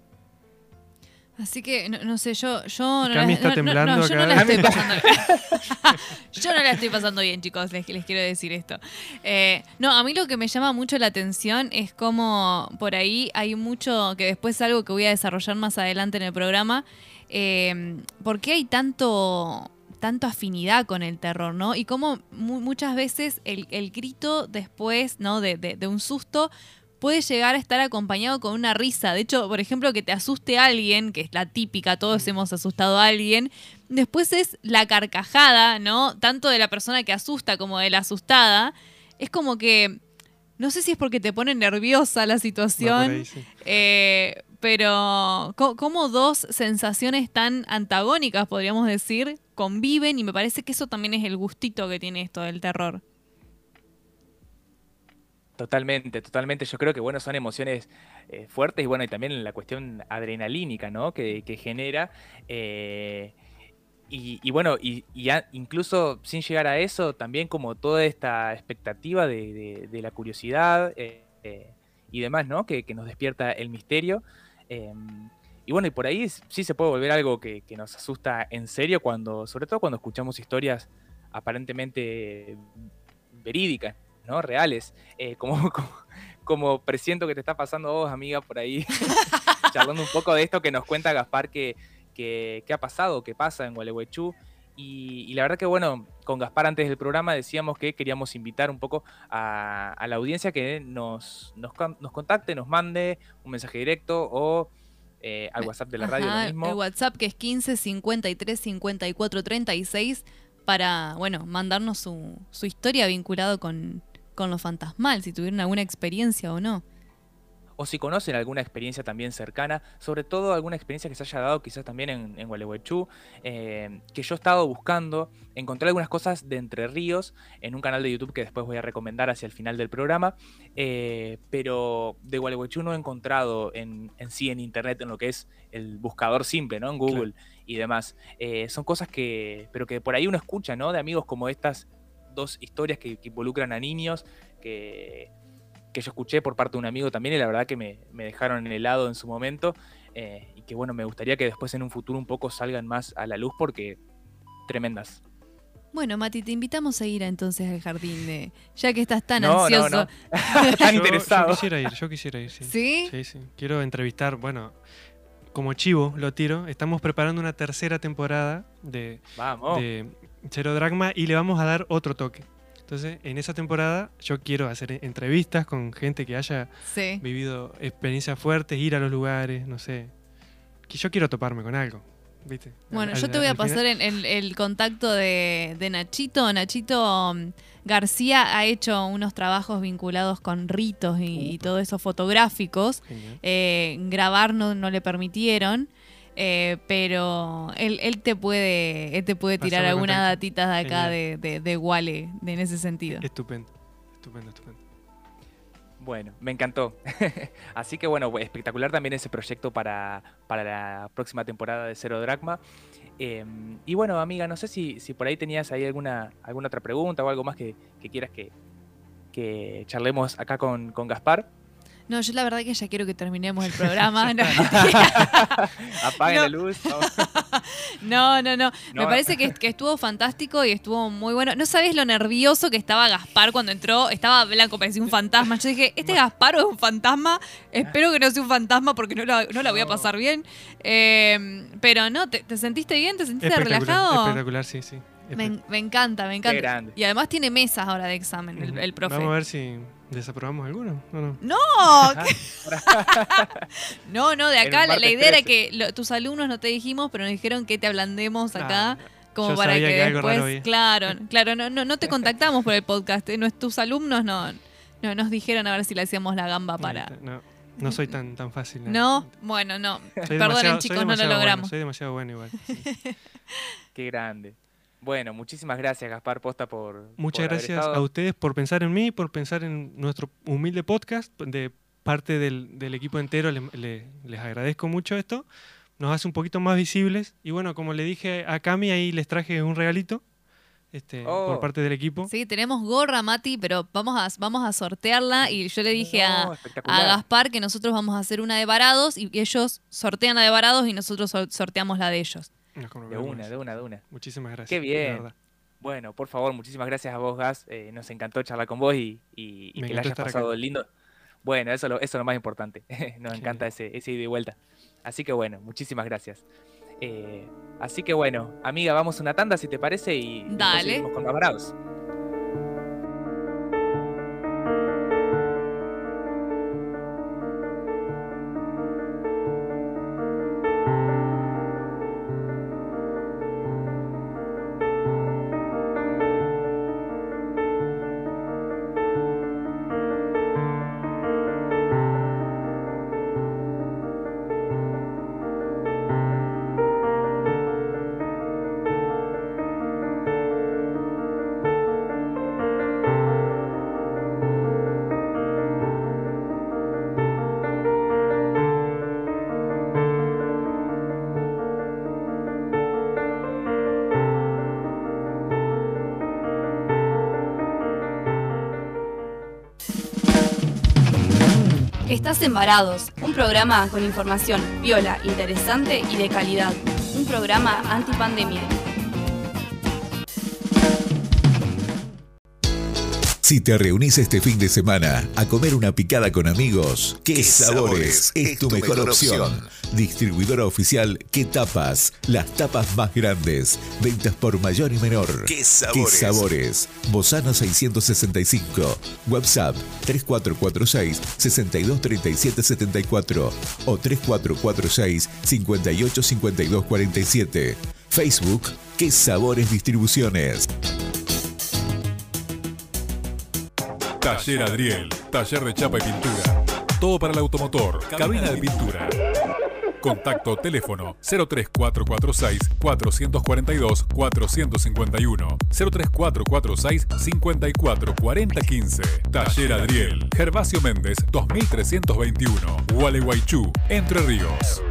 Así que, no, no sé, yo, yo no, Cami la, está no- no- temblando no, yo no acá. la estoy pasando Yo no la estoy pasando bien, chicos, les, les quiero decir esto. Eh, no, a mí lo que me llama mucho la atención es cómo por ahí hay mucho, que después es algo que voy a desarrollar más adelante en el programa, eh, ¿por qué hay tanto... tanto afinidad con el terror, ¿no? Y cómo mu- muchas veces el, el grito después, ¿no? De, de, de un susto puede llegar a estar acompañado con una risa. De hecho, por ejemplo, que te asuste alguien, que es la típica, todos hemos asustado a alguien, después es la carcajada, ¿no? Tanto de la persona que asusta como de la asustada. Es como que, no sé si es porque te pone nerviosa la Va por situación, ahí, sí. eh, pero co- como dos sensaciones tan antagónicas, podríamos decir, conviven, y me parece que eso también es el gustito que tiene esto del terror. Totalmente, totalmente. Yo creo que, bueno, son emociones eh, fuertes y, bueno, y también la cuestión adrenalínica, ¿no? Que, que genera. eh, y, y, bueno, y, y ya incluso sin llegar a eso, también como toda esta expectativa de, de- de la curiosidad eh, eh, y demás, ¿no? Que, que nos despierta el misterio. Eh, y bueno, y por ahí sí se puede volver algo que, que nos asusta en serio, cuando, sobre todo cuando escuchamos historias aparentemente verídicas, ¿no? Reales, eh, como, como, como presiento que te está pasando a vos, amiga, por ahí, charlando un poco de esto que nos cuenta Gaspar que, que, que ha pasado, que pasa en Gualeguaychú. Y, y la verdad que bueno, con Gaspar antes del programa decíamos que queríamos invitar un poco a, a la audiencia que nos, nos, nos contacte, nos mande un mensaje directo o eh, al WhatsApp de la radio. Ajá, Lo mismo. el WhatsApp que es quince cincuenta y tres cincuenta y cuatro treinta y seis para, bueno, mandarnos su, su historia vinculado con, con lo fantasmal, si tuvieron alguna experiencia o no. O si conocen alguna experiencia también cercana, sobre todo alguna experiencia que se haya dado quizás también en, en Gualeguaychú, eh, que yo he estado buscando, encontré algunas cosas de Entre Ríos en un canal de YouTube que después voy a recomendar hacia el final del programa, eh, pero de Gualeguaychú no he encontrado en, en sí en internet, en lo que es el buscador simple, ¿no? En Google, claro, y demás. Eh, son cosas que, pero que por ahí uno escucha, ¿no? De amigos como estas dos historias que, que involucran a niños, que... que yo escuché por parte de un amigo también, y la verdad que me, me dejaron en helado en su momento, eh, y que bueno, me gustaría que después en un futuro un poco salgan más a la luz, porque tremendas. Bueno, Mati, te invitamos a ir entonces al jardín, de, ya que estás tan no, ansioso. No, no. Tan yo, interesado. Yo quisiera ir, yo quisiera ir, sí. ¿Sí? Sí, sí. Quiero entrevistar, bueno, como chivo lo tiro, estamos preparando una tercera temporada de, Vamos. de Cero Dragma y le vamos a dar otro toque. Entonces, en esa temporada yo quiero hacer entrevistas con gente que haya sí. vivido experiencias fuertes, ir a los lugares, no sé. Que yo quiero toparme con algo, ¿viste? Bueno, al, yo te voy a pasar final... el, el contacto de, de Nachito. Nachito um, García ha hecho unos trabajos vinculados con ritos y, y todo eso fotográficos. Eh, grabar no, no le permitieron. Eh, pero él, él te puede él te puede tirar Pasame algunas contacto. datitas de acá Genial. de, de, de Wale, de, en ese sentido. Estupendo, estupendo, estupendo. Bueno, me encantó. Así que bueno, espectacular también ese proyecto para, para la próxima temporada de Cero Dragma. Eh, y bueno, amiga, no sé si, si por ahí tenías ahí alguna, alguna otra pregunta o algo más que, que quieras que, que charlemos acá con, con Gaspar. No, yo la verdad que ya quiero que terminemos el programa. No, Apaguen no. la luz. No, no, no. no. Me No. parece que, que estuvo fantástico y estuvo muy bueno. No sabés lo nervioso que estaba Gaspar cuando entró. Estaba blanco, parecía un fantasma. Yo dije, ¿este Gaspar o es un fantasma? Espero que no sea un fantasma porque no la, no la voy a pasar bien. Eh, pero no, ¿te, ¿te sentiste bien? ¿Te sentiste Espectacular, relajado? espectacular, sí, sí. Me, me encanta, me encanta. Qué grande. Y además tiene mesas ahora de examen, el, el profe. Vamos a ver si desaprobamos alguno. ¿O no? ¡No! no, no, de acá la, la idea era que lo, tus alumnos no te dijimos, pero nos dijeron que te ablandemos acá. Ah, como yo para sabía que, que algo después, raro había. claro, claro, no, no, no te contactamos por el podcast, ¿eh? No, tus alumnos no, no nos dijeron a ver si le hacíamos la gamba para. No, no soy tan, tan fácil. ¿no? No, bueno, no. Soy Perdonen, chicos, no lo logramos. Bueno, soy demasiado bueno igual. Sí. Qué grande. Bueno, muchísimas gracias, Gaspar Posta, por. Muchas por haber gracias estado. a ustedes por pensar en mí, por pensar en nuestro humilde podcast. De parte del, del equipo entero, les, les, les agradezco mucho esto. Nos hace un poquito más visibles. Y bueno, como le dije a Cami, ahí les traje un regalito este, Oh. por parte del equipo. Sí, tenemos gorra, Mati, pero vamos a, vamos a sortearla. Y yo le dije No, a, espectacular. a Gaspar que nosotros vamos a hacer una de varados y ellos sortean la de varados y nosotros sor- sorteamos la de ellos. Nos De conocemos. una, de una, de una. Muchísimas gracias. Qué de bien. verdad. Bueno, por favor, muchísimas gracias a vos, Gas. Eh, nos encantó charlar con vos y, y, y Me que la encantó hayas estar pasado acá. lindo. Bueno, eso, lo- eso es lo más importante. Nos Qué encanta bien. ese, ese ida y vuelta. Así que bueno, muchísimas gracias. Eh, así que bueno, amiga, vamos a una tanda si te parece y después Dale. seguimos con más bravos. Estás en Varados, un programa con información viola, interesante y de calidad. Un programa antipandemia. Si te reunís este fin de semana a comer una picada con amigos, ¿Qué Sabores es tu mejor opción? Distribuidora oficial ¿Qué Tapas? Las tapas más grandes. Ventas por mayor y menor. ¿Qué Sabores? ¿Qué Sabores? Bozano seiscientos sesenta y cinco. WhatsApp tres cuatro cuatro seis, seis dos tres siete siete cuatro o tres cuatro cuatro seis, cinco ocho cinco dos cuatro siete. Facebook ¿Qué Sabores Distribuciones? Taller Adriel, taller de chapa y pintura. Todo para el automotor, cabina de pintura. Contacto teléfono cero tres cuatro cuatro seis, cuatro cuatro dos, cuatro cinco uno, cero tres cuatro cuatro seis, cinco cuatro cuatro cero uno cinco. Taller Adriel, Gervasio Méndez dos mil trescientos veintiuno, Gualeguaychú, Entre Ríos.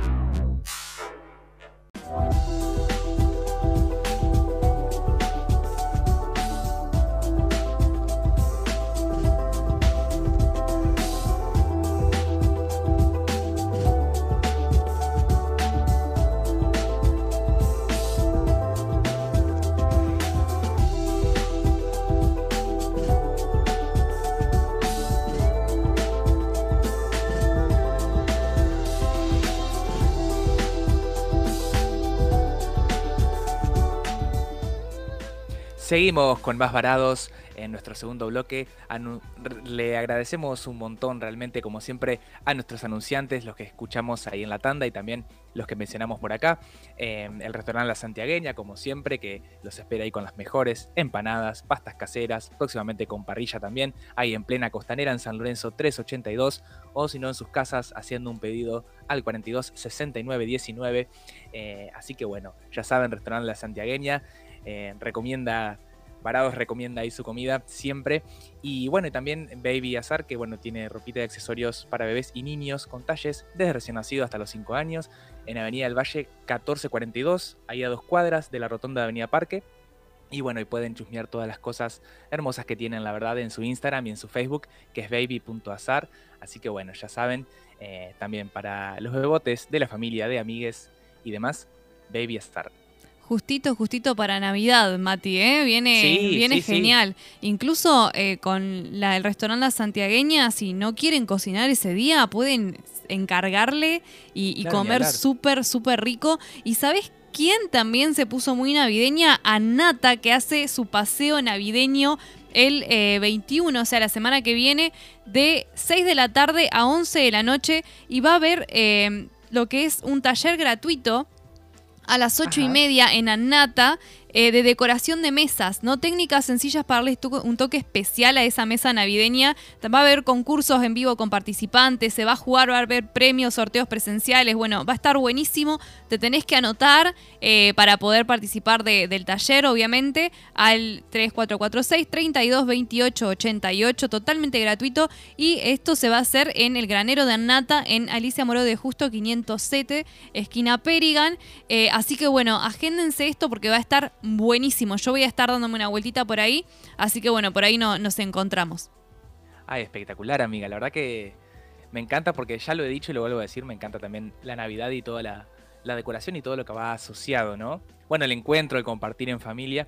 Seguimos con más Varados en nuestro segundo bloque. Anu- le agradecemos un montón realmente, como siempre, a nuestros anunciantes, los que escuchamos ahí en la tanda y también los que mencionamos por acá. Eh, el restaurante La Santiagueña, como siempre, que los espera ahí con las mejores empanadas, pastas caseras, próximamente con parrilla también, ahí en plena Costanera, en San Lorenzo trescientos ochenta y dos, o si no en sus casas haciendo un pedido al cuarenta y dos, sesenta y nueve, diecinueve. Eh, así que bueno, ya saben, restaurante La Santiagueña. Eh, recomienda, Varados recomienda ahí su comida siempre. Y bueno, y también Baby Azar, que bueno, tiene ropita de accesorios para bebés y niños con talles desde recién nacido hasta los cinco años, en Avenida del Valle catorce cuarenta y dos, ahí a dos cuadras de la rotonda de Avenida Parque. Y bueno, y pueden chusmear todas las cosas hermosas que tienen, la verdad, en su Instagram y en su Facebook, que es baby punto azar. Así que bueno, ya saben, eh, también para los bebotes de la familia, de amigues y demás, Baby Azar. Justito, justito para Navidad, Mati, ¿eh? Viene, Sí, viene sí, genial. Incluso eh, con la, el restaurante La Santiagueña, si no quieren cocinar ese día, pueden encargarle y, y Claro, ni comer hablar. súper, súper rico. ¿Y sabes quién también se puso muy navideña? Anata, que hace su paseo navideño el eh, veintiuno, o sea, la semana que viene, de seis de la tarde a once de la noche. Y va a haber eh, lo que es un taller gratuito a las ocho y Ajá. media en Annata, eh, de decoración de mesas, ¿no? Técnicas sencillas para darle to- un toque especial a esa mesa navideña. Va a haber concursos en vivo con participantes, se va a jugar, va a haber premios, sorteos presenciales. Bueno, va a estar buenísimo. Te tenés que anotar eh, para poder participar de- del taller, obviamente, al tres cuatro cuatro seis, treinta y dos, veintiocho, ochenta y ocho, totalmente gratuito. Y esto se va a hacer en el granero de Annata, en Alicia Moró de Justo quinientos siete, esquina Perigan. Eh, así que bueno, agéndense esto porque va a estar buenísimo. Yo voy a estar dándome una vueltita por ahí, así que bueno, por ahí no, nos encontramos. Ay, espectacular, amiga. La verdad que me encanta porque ya lo he dicho y lo vuelvo a decir, me encanta también la Navidad y toda la, la decoración y todo lo que va asociado, ¿no? Bueno, el encuentro, el compartir en familia.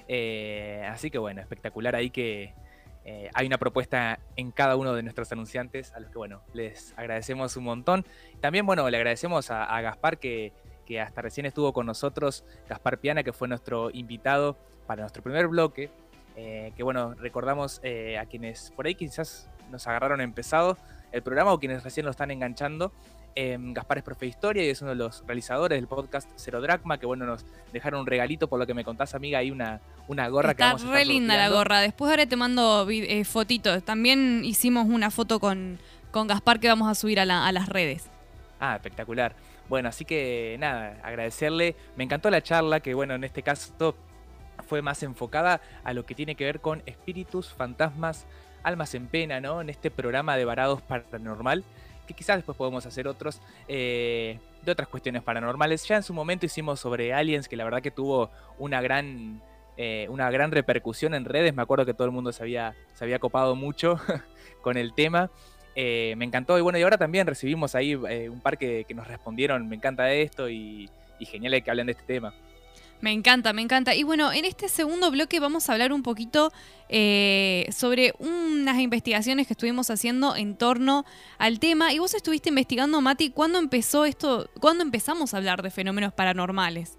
Eh, así que bueno, espectacular ahí que eh, hay una propuesta en cada uno de nuestros anunciantes, a los que bueno, les agradecemos un montón. También bueno, le agradecemos a, a Gaspar que, que hasta recién estuvo con nosotros, Gaspar Piana, que fue nuestro invitado para nuestro primer bloque. Eh, que bueno, recordamos eh, a quienes por ahí quizás nos agarraron empezado el programa o quienes recién lo están enganchando. Eh, Gaspar es profe de historia y es uno de los realizadores del podcast Cero Dracma, que bueno, nos dejaron un regalito, por lo que me contás, amiga, hay una, una gorra que Está vamos a estar re linda la sorteando. gorra. Después ahora te mando vi- eh, fotitos. También hicimos una foto con, con Gaspar que vamos a subir a, la- a las redes. Ah, espectacular. Bueno, así que nada, agradecerle. Me encantó la charla, que bueno, en este caso fue más enfocada a lo que tiene que ver con espíritus, fantasmas, almas en pena, ¿no? En este programa de Varados Paranormal, que quizás después podemos hacer otros eh, de otras cuestiones paranormales. Ya en su momento hicimos sobre aliens, que la verdad que tuvo una gran, eh, una gran repercusión en redes. Me acuerdo que todo el mundo se había, se había copado mucho con el tema. Eh, me encantó y bueno, y ahora también recibimos ahí eh, un par que, que nos respondieron, me encanta esto y, y genial que hablen de este tema. Me encanta, me encanta. Y bueno, en este segundo bloque vamos a hablar un poquito eh, sobre unas investigaciones que estuvimos haciendo en torno al tema. Y vos estuviste investigando, Mati, ¿cuándo empezó esto? ¿Cuándo empezamos a hablar de fenómenos paranormales?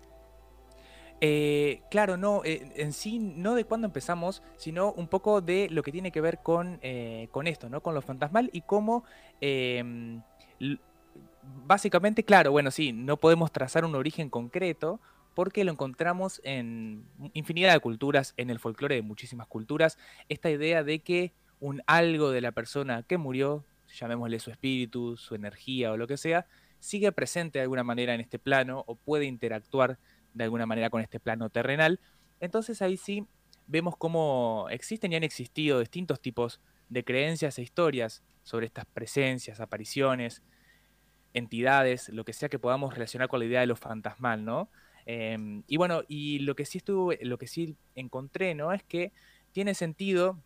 Eh, claro, no, eh, en sí, no de cuándo empezamos, sino un poco de lo que tiene que ver con, eh, con esto, ¿no? Con lo fantasmal y cómo, eh, l- básicamente, claro, bueno, sí, no podemos trazar un origen concreto porque lo encontramos en infinidad de culturas, en el folclore de muchísimas culturas, esta idea de que un algo de la persona que murió, llamémosle su espíritu, su energía o lo que sea, sigue presente de alguna manera en este plano o puede interactuar de alguna manera con este plano terrenal. Entonces ahí sí vemos cómo existen y han existido distintos tipos de creencias e historias sobre estas presencias, apariciones, entidades, lo que sea que podamos relacionar con la idea de lo fantasmal, ¿no? Eh, y bueno, y lo que sí estuve, lo que sí encontré, ¿no? Es que tiene sentido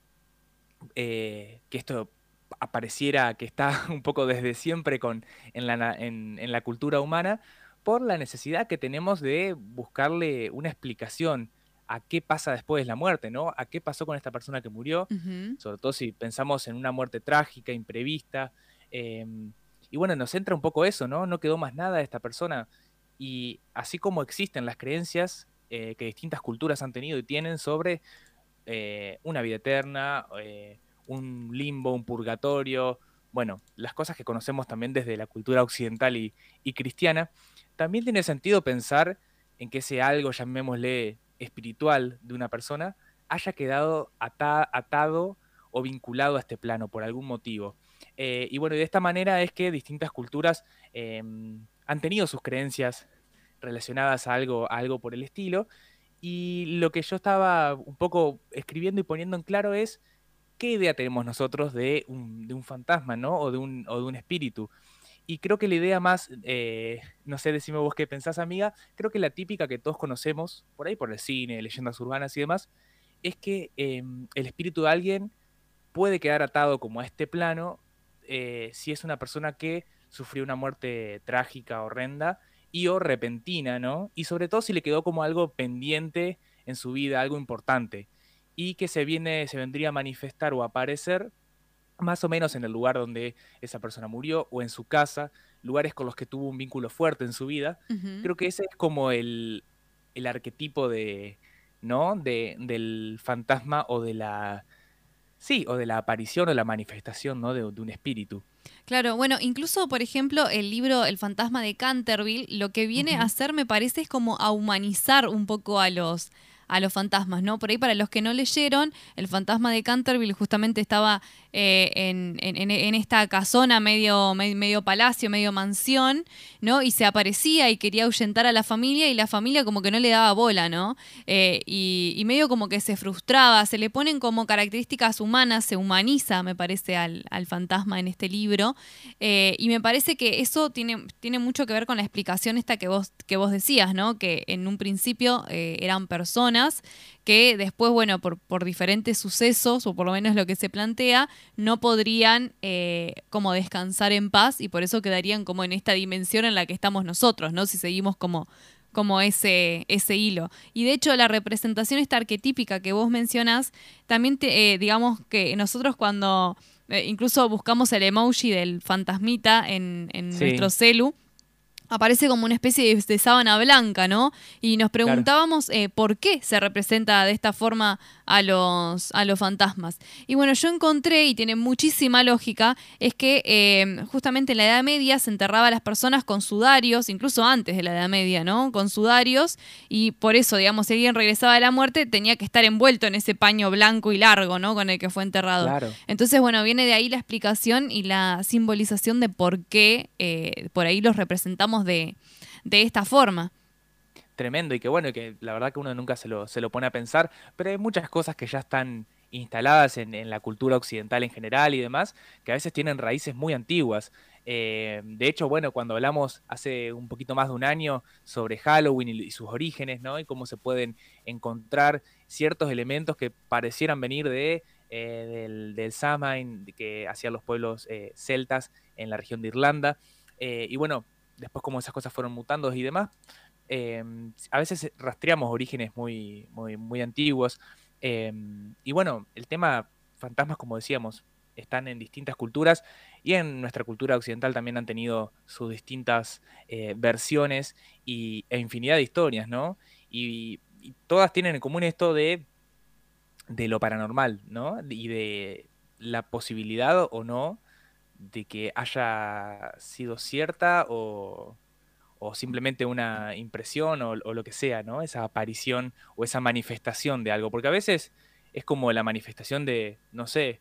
eh, que esto apareciera, que está un poco desde siempre con, en, la, na- en, en la cultura humana, por la necesidad que tenemos de buscarle una explicación a qué pasa después de la muerte, ¿no? A qué pasó con esta persona que murió, Ujú. sobre todo si pensamos en una muerte trágica, imprevista. eh, y bueno, nos entra un poco eso, ¿no? No quedó más nada de esta persona. Y así como existen las creencias eh, que distintas culturas han tenido y tienen sobre eh, una vida eterna, eh, un limbo, un purgatorio, bueno, las cosas que conocemos también desde la cultura occidental y, y cristiana, también tiene sentido pensar en que ese algo, llamémosle espiritual, de una persona, haya quedado ata- atado o vinculado a este plano por algún motivo. Eh, y bueno, y de esta manera es que distintas culturas eh, han tenido sus creencias relacionadas a algo, a algo por el estilo, y lo que yo estaba un poco escribiendo y poniendo en claro es qué idea tenemos nosotros de un, de un fantasma, ¿no? O de un, o de un espíritu. Y creo que la idea más, eh, no sé, decime vos qué pensás, amiga, creo que la típica que todos conocemos, por ahí por el cine, leyendas urbanas y demás, es que eh, el espíritu de alguien puede quedar atado como a este plano eh, si es una persona que sufrió una muerte trágica, horrenda y o repentina, ¿no? Y sobre todo si le quedó como algo pendiente en su vida, algo importante, y que se viene, se vendría a manifestar o a aparecer más o menos en el lugar donde esa persona murió o en su casa, lugares con los que tuvo un vínculo fuerte en su vida. Ujú. Creo que ese es como el, el arquetipo de, ¿no? De, del fantasma o de la sí, o de la aparición o la manifestación, ¿no? De, de un espíritu. Claro, bueno, incluso, por ejemplo, el libro El fantasma de Canterville, lo que viene a Ujú. hacer, me parece, es como a humanizar un poco a los, a los fantasmas, ¿no? Por ahí, para los que no leyeron, El fantasma de Canterville justamente estaba eh, en, en- en esta casona medio, me- medio palacio, medio mansión, ¿no? Y se aparecía y quería ahuyentar a la familia y la familia como que no le daba bola, ¿no? Eh, y, y medio como que se frustraba, se le ponen como características humanas, se humaniza, me parece, al, al fantasma en este libro. Eh, y me parece que eso tiene, tiene mucho que ver con la explicación esta que vos, que vos decías, ¿no? Que en un principio eh, eran personas que después, bueno, por, por diferentes sucesos, o por lo menos lo que se plantea, no podrían eh, como descansar en paz y por eso quedarían como en esta dimensión en la que estamos nosotros, ¿no? Si seguimos como como ese, ese hilo. Y de hecho la representación esta arquetípica que vos mencionás, también te, eh, digamos que nosotros cuando eh, incluso buscamos el emoji del fantasmita en, en nuestro Sí, celu, aparece como una especie de, de sábana blanca, ¿no? Y nos claro. preguntábamos eh, por qué se representa de esta forma a los, a los fantasmas. Y bueno, yo encontré, y tiene muchísima lógica, es que eh, justamente en la Edad Media se enterraba a las personas con sudarios, incluso antes de la Edad Media, ¿no? Con sudarios, y por eso, digamos, si alguien regresaba de la muerte, tenía que estar envuelto en ese paño blanco y largo, ¿no? Con el que fue enterrado. Claro. Entonces, bueno, viene de ahí la explicación y la simbolización de por qué eh, por ahí los representamos de, de esta forma. Tremendo y que bueno, y que la verdad que uno nunca se lo, se lo pone a pensar, pero hay muchas cosas que ya están instaladas en, en la cultura occidental en general y demás, que a veces tienen raíces muy antiguas. Eh, de hecho, bueno, cuando hablamos hace un poquito más de un año sobre Halloween y, y sus orígenes, ¿no? Y cómo se pueden encontrar ciertos elementos que parecieran venir de eh, del, del Samhain que hacían los pueblos eh, celtas en la región de Irlanda. Eh, y bueno, después como esas cosas fueron mutando y demás, eh, a veces rastreamos orígenes muy, muy, muy antiguos. Eh, y bueno, el tema fantasmas, como decíamos, están en distintas culturas y en nuestra cultura occidental también han tenido sus distintas eh, versiones y, e infinidad de historias, ¿no? Y, y todas tienen en común esto de, de lo paranormal, ¿no? Y de la posibilidad o no de que haya sido cierta o, o simplemente una impresión o, o lo que sea, ¿no? Esa aparición o esa manifestación de algo. Porque a veces es como la manifestación de, no sé,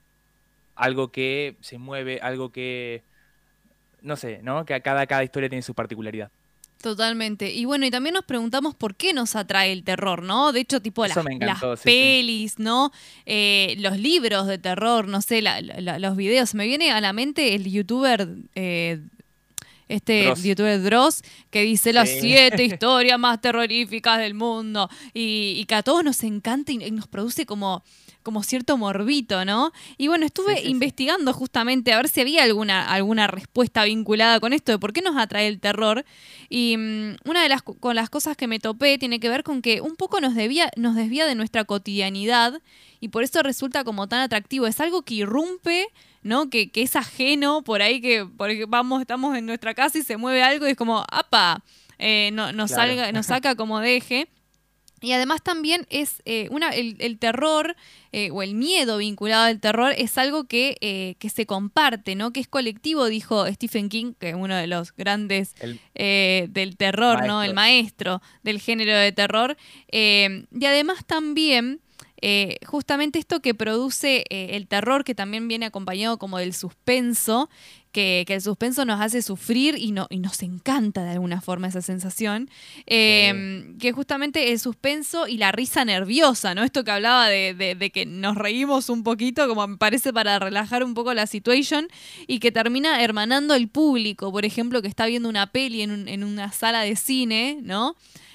algo que se mueve, algo que, no sé, ¿no? Que cada, cada historia tiene su particularidad. Totalmente. Y bueno, y también nos preguntamos por qué nos atrae el terror, ¿no? De hecho, tipo las, Eso me encantó, las sí, pelis, ¿no? Eh, los libros de terror, no sé, la- la- los videos. Me viene a la mente el youtuber, eh, este Dross. youtuber Dross, que dice las Sí. siete historias más terroríficas del mundo. Y, y que a todos nos encanta y, y nos produce como, como cierto morbito, ¿no? Y bueno, estuve Sí, sí, sí. investigando justamente a ver si había alguna, alguna respuesta vinculada con esto de por qué nos atrae el terror. Y mm, una de las co- con las cosas que me topé tiene que ver con que un poco nos, debía, nos desvía de nuestra cotidianidad y por eso resulta como tan atractivo. Es algo que irrumpe, ¿no? Que, que es ajeno por ahí, que por ej- vamos, estamos en nuestra casa y se mueve algo y es como, ¡apa! Eh, no, nos, Claro. salga, nos saca como de eje. Y además también es eh, una, el, el terror eh, o el miedo vinculado al terror es algo que, eh, que se comparte, ¿no? Que es colectivo, dijo Stephen King, que es uno de los grandes El eh, del terror, ¿no? El maestro. maestro del género de terror. Eh, y además también, eh, justamente esto que produce eh, el terror, que también viene acompañado como del suspenso, que, que el suspenso nos hace sufrir y, no, y nos encanta de alguna forma esa sensación, eh, que justamente el suspenso y la risa nerviosa, ¿no? Esto que hablaba de, de, de que nos reímos un poquito, como me parece para relajar un poco la situación, y que termina hermanando el público, por ejemplo, que está viendo una peli en, un, en una sala de cine, ¿no?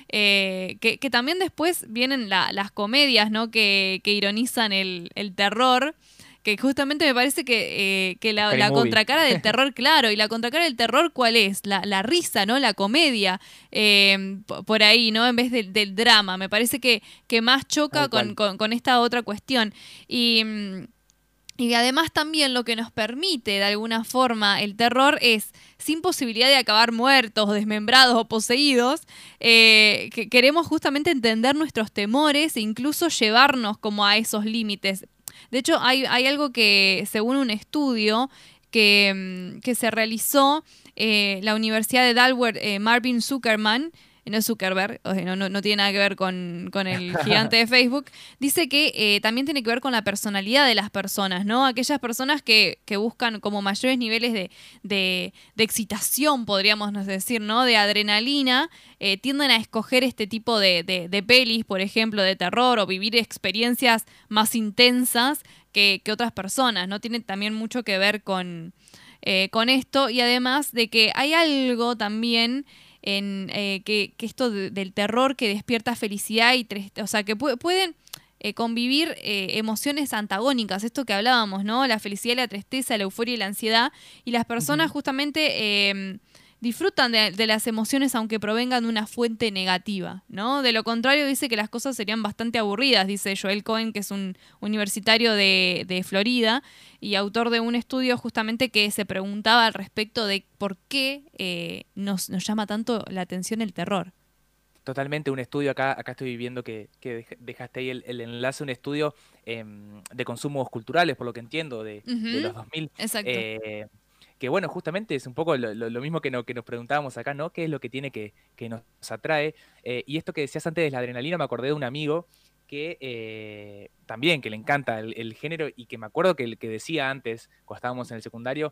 Eh, que, que también después vienen la- las comedias, ¿no? Que, que ironizan el, el terror, que justamente me parece que, eh, que la, Scary la Movie. contracara del terror, claro, y la contracara del terror, ¿cuál es? La, la risa, ¿no? La comedia, eh, po- por ahí, ¿no? En vez del, del drama. Me parece que, que más choca Tal con, cual. con, con esta otra cuestión. Y... mm, y además también lo que nos permite de alguna forma el terror es, sin posibilidad de acabar muertos, desmembrados o poseídos, eh, que queremos justamente entender nuestros temores e incluso llevarnos como a esos límites. De hecho, hay, hay algo que, según un estudio que, mm, que se realizó, eh, la Universidad de Delaware, eh, Marvin Zuckerman, no es Zuckerberg, o sea, no, no, no tiene nada que ver con, con el gigante de Facebook, dice que eh, también tiene que ver con la personalidad de las personas, ¿no? Aquellas personas que, que buscan como mayores niveles de, de, de excitación, podríamos decir, ¿no? De adrenalina, eh, tienden a escoger este tipo de, de, de pelis, por ejemplo, de terror o vivir experiencias más intensas que, que otras personas, ¿no? Tiene también mucho que ver con, eh, con esto y además de que hay algo también en eh, que, que esto de- del terror que despierta felicidad y tristeza, o sea, que pu- pueden eh, convivir eh, emociones antagónicas, esto que hablábamos, ¿no? La felicidad y la tristeza, la euforia y la ansiedad, y las personas Ujú. justamente eh, disfrutan de, de las emociones aunque provengan de una fuente negativa, ¿no? De lo contrario, dice que las cosas serían bastante aburridas, dice Joel Cohen, que es un universitario de, de Florida y autor de un estudio justamente que se preguntaba al respecto de por qué eh, nos, nos llama tanto la atención el terror. Totalmente, un estudio acá, acá estoy viendo que, que dej- dejaste ahí el, el enlace, un estudio em, de consumos culturales, por lo que entiendo, de, de Ujú, los dos mil. exacto. eh, que bueno, justamente es un poco lo, lo- lo mismo que, no- que nos preguntábamos acá, ¿no? ¿Qué es lo que tiene que, que nos atrae? Eh, y esto que decías antes de la adrenalina, me acordé de un amigo que eh, también, que le encanta el, el género y que me acuerdo que, el que decía antes, cuando estábamos en el secundario,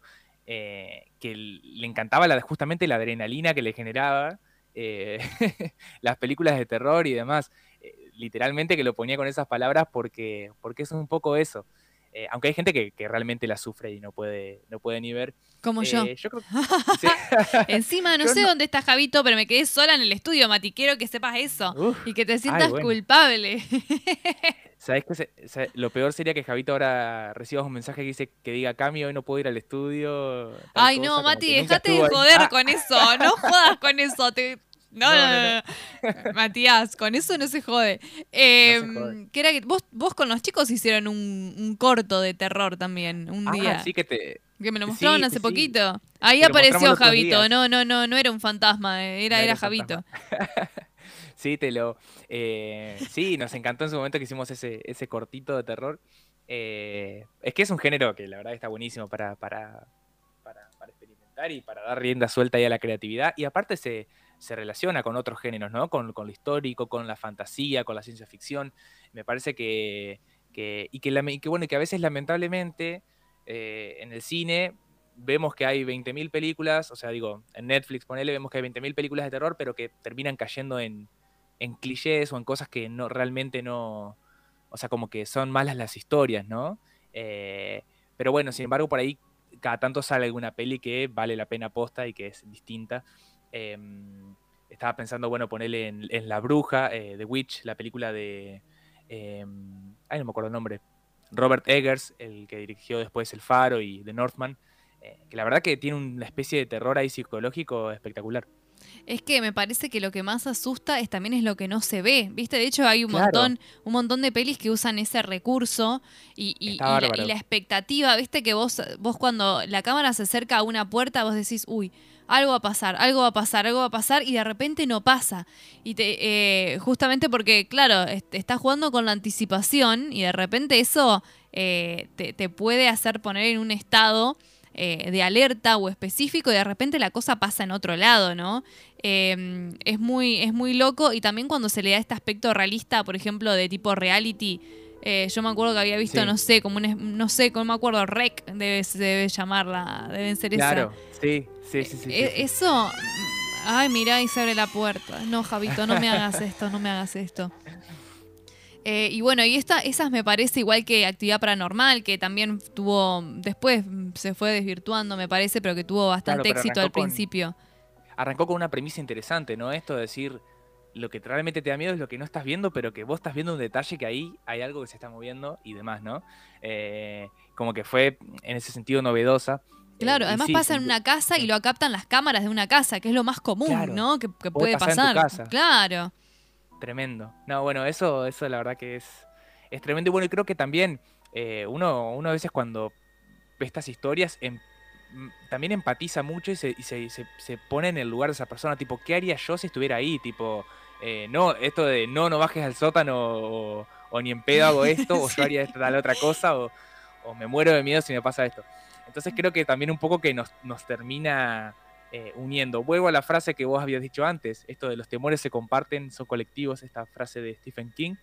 eh, que l- le encantaba la, justamente la adrenalina que le generaba eh, las películas de terror y demás. Eh, literalmente que lo ponía con esas palabras porque, porque es un poco eso. Eh, aunque hay gente que, que realmente la sufre y no puede, no puede ni ver. Como yo. Eh, yo creo sí. Encima, no Yo sé no- dónde está Javito, pero me quedé sola en el estudio, Mati. Quiero que sepas eso Uf, y que te ay, sientas bueno. culpable. ¿Sabés qué? Se- se- lo peor sería que Javito ahora recibas un mensaje que dice que diga Cami, hoy no puedo ir al estudio, tal Ay, no, cosa, como Mati, que nunca dejate de estuvo ahí. joder Ah, con eso. No jodas con eso. Te... No, no, no, no, no, no, no. Matías, con eso no se jode. no se jode. Eh, que era que vos, vos con los chicos hicieron un, un corto de terror también, un Ah, día. sí que te... Que me lo mostraron Sí, sí, hace sí. poquito. Ahí Te lo mostramos apareció los otros Javito. días. No, no, no, no era un fantasma, eh, era, No era era un Javito. fantasma. Sí, te lo... eh, sí, nos encantó en su momento que hicimos ese, ese cortito de terror. Eh, es que es un género que la verdad está buenísimo para, para, para, para experimentar y para dar rienda suelta ahí a la creatividad. Y aparte se, se relaciona con otros géneros, ¿no? Con, con lo histórico, con la fantasía, con la ciencia ficción. Me parece que... que y, que lame- y que bueno, y que a veces lamentablemente eh, en el cine vemos que hay veinte mil películas, o sea, digo, en Netflix, ponele, vemos que hay veinte mil películas de terror, pero que terminan cayendo en, en clichés o en cosas que no realmente no, o sea, como que son malas las historias, ¿no? Eh, pero bueno, sin embargo, por ahí cada tanto sale alguna peli que vale la pena posta y que es distinta. Eh, estaba pensando, bueno, ponerle en, en La Bruja, eh, The Witch, la película de... eh, ay, no me acuerdo el nombre. Robert Eggers, el que dirigió después El Faro y The Northman, eh, que la verdad que tiene una especie de terror ahí psicológico espectacular. Es que me parece que lo que más asusta es también es lo que no se ve, ¿viste? De hecho hay un Claro. montón, un montón de pelis que usan ese recurso y, y- Está y la, bárbaro. y la expectativa, ¿viste? Que vos, vos cuando la cámara se acerca a una puerta, vos decís, uy, algo va a pasar, algo va a pasar, algo va a pasar, y de repente no pasa. Y te, eh, justamente porque, claro, est- estás jugando con la anticipación y de repente eso eh, te, te puede hacer poner en un estado eh, de alerta o específico y de repente la cosa pasa en otro lado, ¿no? Eh, es muy, es muy loco y también cuando se le da este aspecto realista, por ejemplo, de tipo reality. Eh, yo me acuerdo que había visto, Sí. no sé, como un, es- no sé, no me acuerdo, Rec debe, se debe llamarla, deben ser Claro, esa. sí, sí, sí, sí, sí, Eh, sí. Eso, ay, mirá, y se abre la puerta. No, Javito, no me hagas esto, no me hagas esto. Eh, y bueno, y esta, esas me parece igual que Actividad Paranormal, que también tuvo, después mm, se fue desvirtuando, me parece, pero que tuvo bastante Claro, pero éxito al arrancó con- principio. Arrancó con una premisa interesante, ¿no? Esto de decir, lo que realmente te da miedo es lo que no estás viendo, pero que vos estás viendo un detalle que ahí hay algo que se está moviendo y demás, ¿no? Eh, como que fue en ese sentido novedosa. Claro, Eh, y además sí, pasa en sin du- una casa y sí. lo captan las cámaras de una casa, que es lo más común, Claro, ¿no? Que, que puede puede pasar en tu pasar. casa. Claro. Tremendo. No, bueno, eso, eso la verdad que es, es tremendo. Y bueno, y creo que también eh, uno, uno a veces cuando ve estas historias em- m- también empatiza mucho y, se, y se, se- se pone en el lugar de esa persona. Tipo, ¿qué haría yo si estuviera ahí? Tipo, eh, no, esto de no, no bajes al sótano o, o ni en pedo hago esto, o Sí. yo haría esta tal otra cosa, o, o me muero de miedo si me pasa esto. Entonces creo que también un poco que nos, nos termina eh, uniendo. Vuelvo a la frase que vos habías dicho antes, esto de los temores se comparten, son colectivos, esta frase de Stephen King,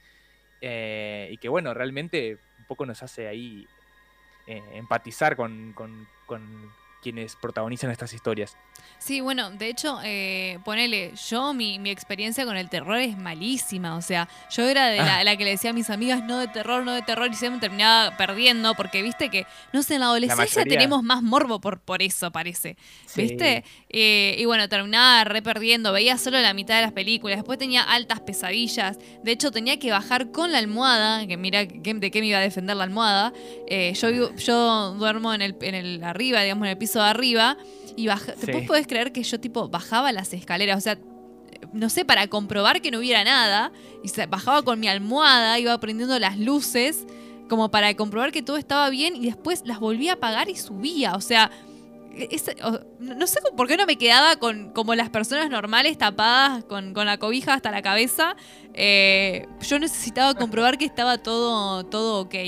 eh, y que bueno, realmente un poco nos hace ahí eh, empatizar con, con- con quienes protagonizan estas historias. Sí, bueno, de hecho, eh, ponele, yo, mi, mi experiencia con el terror es malísima. O sea, yo era de la, la que le decía a mis amigas, no de terror, no de terror, y siempre terminaba perdiendo, porque viste que, no sé, en la adolescencia mayoría. tenemos más morbo por, por eso, parece. Sí. ¿Viste? Eh, y bueno, terminaba re perdiendo, veía solo la mitad de las películas, después tenía altas pesadillas. De hecho, tenía que bajar con la almohada, que mira que- de qué me iba a defender la almohada. Eh, yo, vivo- yo duermo en el, en el arriba, digamos, en el piso de arriba. Y baja, Sí. después podés creer que yo tipo bajaba las escaleras, o sea, no sé, para comprobar que no hubiera nada, y se- bajaba con mi almohada, iba prendiendo las luces, como para comprobar que todo estaba bien, y después las volvía a apagar y subía, o sea, es- o- no sé por qué no me quedaba con como las personas normales tapadas con, con la cobija hasta la cabeza. Eh, yo necesitaba comprobar que estaba todo, todo ok.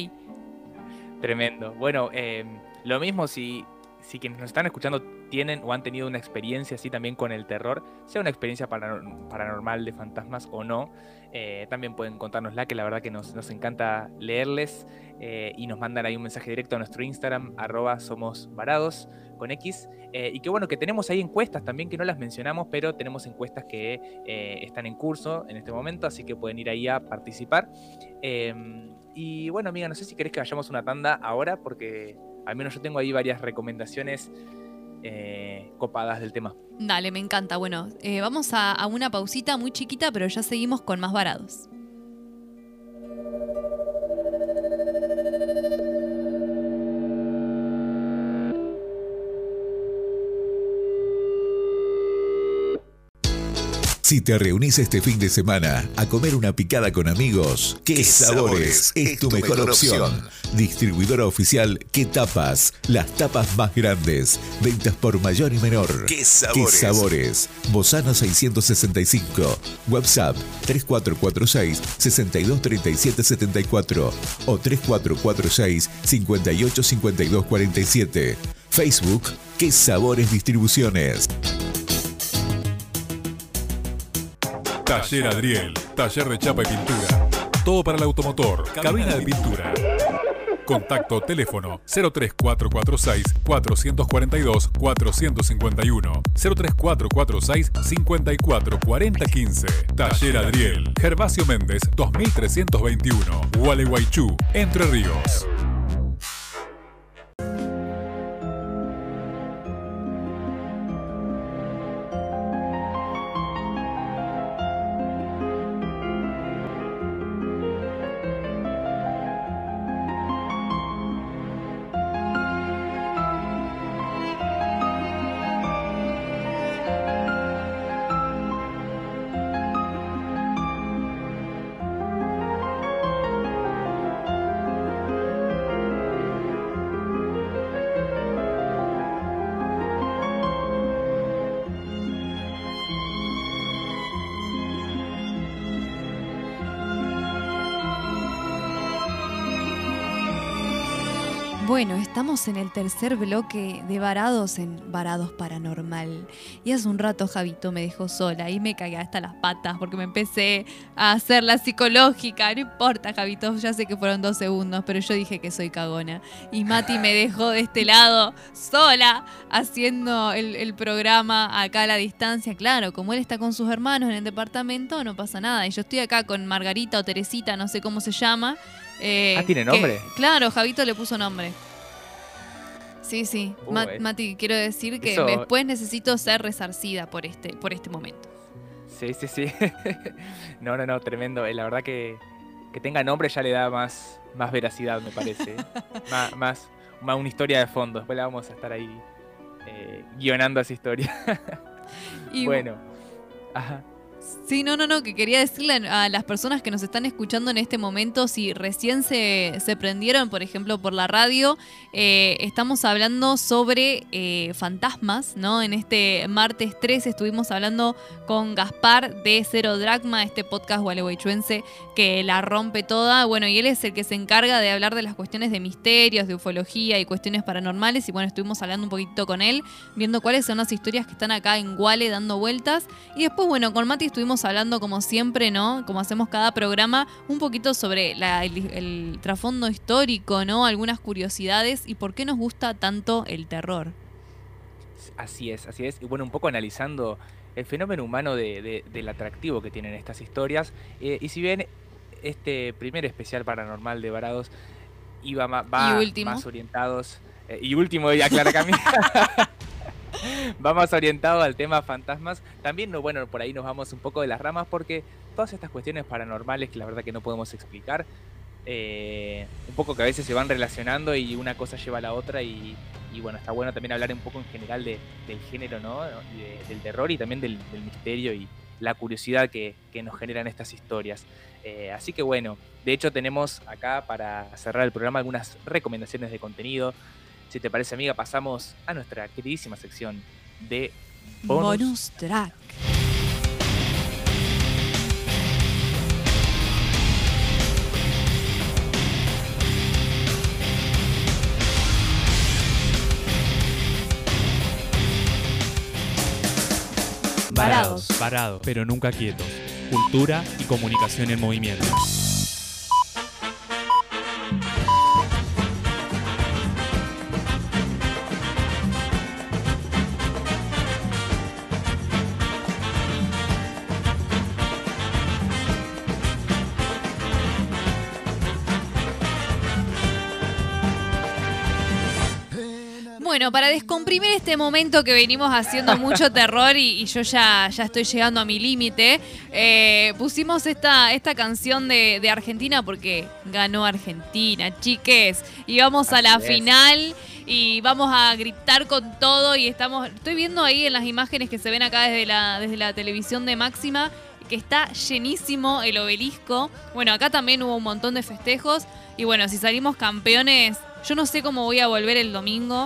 Tremendo. Bueno, eh, lo mismo si, si quienes nos están escuchando tienen o han tenido una experiencia así también con el terror, sea una experiencia paranor- paranormal de fantasmas o no, eh, también pueden contárnosla, que la verdad que nos, nos encanta leerles, eh, y nos mandan ahí un mensaje directo a nuestro Instagram, arroba somos varados, con X, eh, y que bueno, que tenemos ahí encuestas también que no las mencionamos, pero tenemos encuestas que eh, están en curso en este momento, así que pueden ir ahí a participar. Eh, y bueno, amiga, no sé si querés que vayamos una tanda ahora, porque al menos yo tengo ahí varias recomendaciones eh, copadas del tema. Dale, me encanta. Bueno, eh, vamos a, a una pausita muy chiquita, pero ya seguimos con más varados. Si te reunís este fin de semana a comer una picada con amigos, ¿Qué Sabores es tu mejor opción? Distribuidora oficial ¿Qué Tapas? Las tapas más grandes. Ventas por mayor y menor. ¿Qué Sabores? ¿Qué Sabores? Bozano seiscientos sesenta y cinco. WhatsApp tres cuatro cuatro seis, seis dos tres siete siete cuatro o tres cuatro cuatro seis, cinco ocho cinco dos cuatro siete. Facebook ¿Qué Sabores Distribuciones? Taller Adriel, taller de chapa y pintura. Todo para el automotor, cabina de pintura. Contacto teléfono cero tres cuatro cuatro seis, cuatro cuatro dos, cuatro cinco uno, cero tres cuatro cuatro seis, cinco cuatro cuatro cero uno cinco. Taller Adriel, Gervasio Méndez dos mil trescientos veintiuno, Gualeguaychú, Entre Ríos. Bueno, estamos en el tercer bloque de Varados en Varados Paranormal. Y hace un rato Javito me dejó sola y me cagué hasta las patas porque me empecé a hacer la psicológica. No importa, Javito, ya sé que fueron dos segundos, pero yo dije que soy cagona. Y Mati me dejó de este lado sola haciendo el, el programa acá a la distancia. Claro, como él está con sus hermanos en el departamento, no pasa nada. Y yo estoy acá con Margarita o Teresita, no sé cómo se llama. Eh, ah, ¿tiene nombre? Que, claro, Javito le puso nombre. Sí, sí. Uh, Ma- eh. Mati, quiero decir que Eso... después necesito ser resarcida por este, por este momento. Sí, sí, sí. No, no, no, tremendo. Eh, La verdad que que tenga nombre ya le da más, más veracidad, me parece. más, más, más una historia de fondo. Después la vamos a estar ahí eh, guionando esa historia. Y Bueno. Ajá. Sí, no, no, no, que quería decirle a las personas que nos están escuchando en este momento, si recién se, se prendieron, por ejemplo, por la radio, eh, estamos hablando sobre eh, fantasmas, ¿no? En este martes tres estuvimos hablando con Gaspar de Cero Dracma, este podcast gualeguaychuense que la rompe toda. Bueno, y él es el que se encarga de hablar de las cuestiones de misterios, de ufología y cuestiones paranormales. Y bueno, estuvimos hablando un poquito con él, viendo cuáles son las historias que están acá en Guale dando vueltas. Y después, bueno, con Mati estuvimos hablando como siempre, ¿no? Como hacemos cada programa, un poquito sobre la, el, el trasfondo histórico, ¿no? Algunas curiosidades y por qué nos gusta tanto el terror. Así es, así es. Y bueno, un poco analizando el fenómeno humano de, de, del atractivo que tienen estas historias. Eh, y si bien este primer especial paranormal de Varados iba ma, va más orientados... Eh, y último, ya Clara Camila. Va más orientado al tema fantasmas. También, no, bueno, por ahí nos vamos un poco de las ramas porque todas estas cuestiones paranormales que la verdad que no podemos explicar, eh, un poco que a veces se van relacionando y una cosa lleva a la otra y, y bueno, está bueno también hablar un poco en general de, del género, ¿no? Y de, del terror y también del, del misterio y la curiosidad que, que nos generan estas historias. Eh, así que bueno, de hecho tenemos acá para cerrar el programa algunas recomendaciones de contenido. Si te parece, amiga, pasamos a nuestra queridísima sección de Bonus, Bonus Track. Varados. Varados, pero nunca quietos. Cultura y comunicación en movimiento. Bueno, para descomprimir este momento que venimos haciendo mucho terror y, y yo ya, ya estoy llegando a mi límite, eh, pusimos esta, esta canción de, de Argentina porque ganó Argentina, chiques. Y vamos a la Así es. final y vamos a gritar con todo y estamos, estoy viendo ahí en las imágenes que se ven acá desde la, desde la televisión de Máxima, que está llenísimo el obelisco. Bueno, acá también hubo un montón de festejos y bueno, si salimos campeones, yo no sé cómo voy a volver el domingo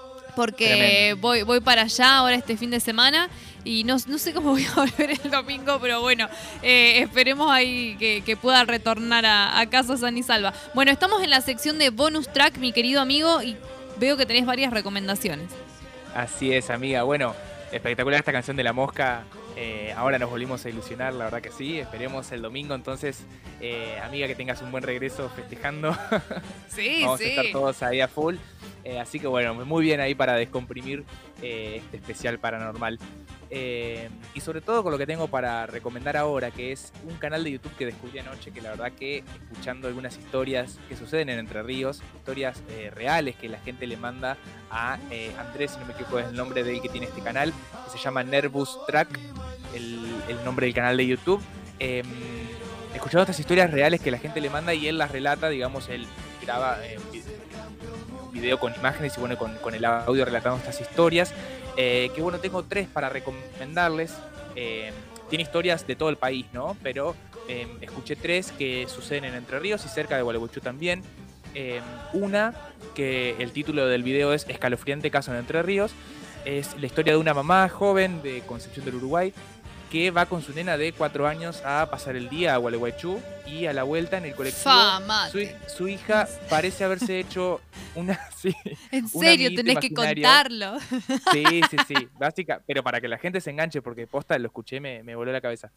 porque voy, voy para allá ahora este fin de semana y no, no sé cómo voy a volver el domingo, pero bueno, eh, esperemos ahí que, que pueda retornar a, a casa san y salva. Bueno, estamos en la sección de bonus track, mi querido amigo, y veo que tenés varias recomendaciones. Así es, amiga. Bueno, espectacular esta canción de La Mosca. Eh, ahora nos volvimos a ilusionar, la verdad que sí. Esperemos el domingo, entonces, eh, amiga, que tengas un buen regreso festejando. Sí, Vamos sí. a estar todos ahí a full. Eh, así que bueno, muy bien ahí para descomprimir eh, este especial paranormal. Eh, y sobre todo con lo que tengo para recomendar ahora, que es un canal de YouTube que descubrí anoche, que la verdad que escuchando algunas historias que suceden en Entre Ríos, historias eh, reales que la gente le manda a eh, Andrés, si no me equivoco es el nombre de él que tiene este canal, que se llama Nervous Track, el, el nombre del canal de YouTube. Eh, escuchando estas historias reales que la gente le manda y él las relata, digamos, él graba eh, un video con imágenes y bueno, con, con el audio relatando estas historias. Eh, que bueno, tengo tres para recomendarles. Eh, tiene historias de todo el país, ¿no? Pero eh, escuché tres que suceden en Entre Ríos y cerca de Gualeguaychú también. Eh, una, que el título del video es Escalofriante caso en Entre Ríos. Es la historia de una mamá joven de Concepción del Uruguay que va con su nena de cuatro años a pasar el día a Gualeguaychú y a la vuelta en el colectivo su, su hija parece haberse hecho una... Sí, en serio, tenés que contarlo. Sí, sí, sí, básica, pero para que la gente se enganche, porque posta lo escuché, me, me voló la cabeza.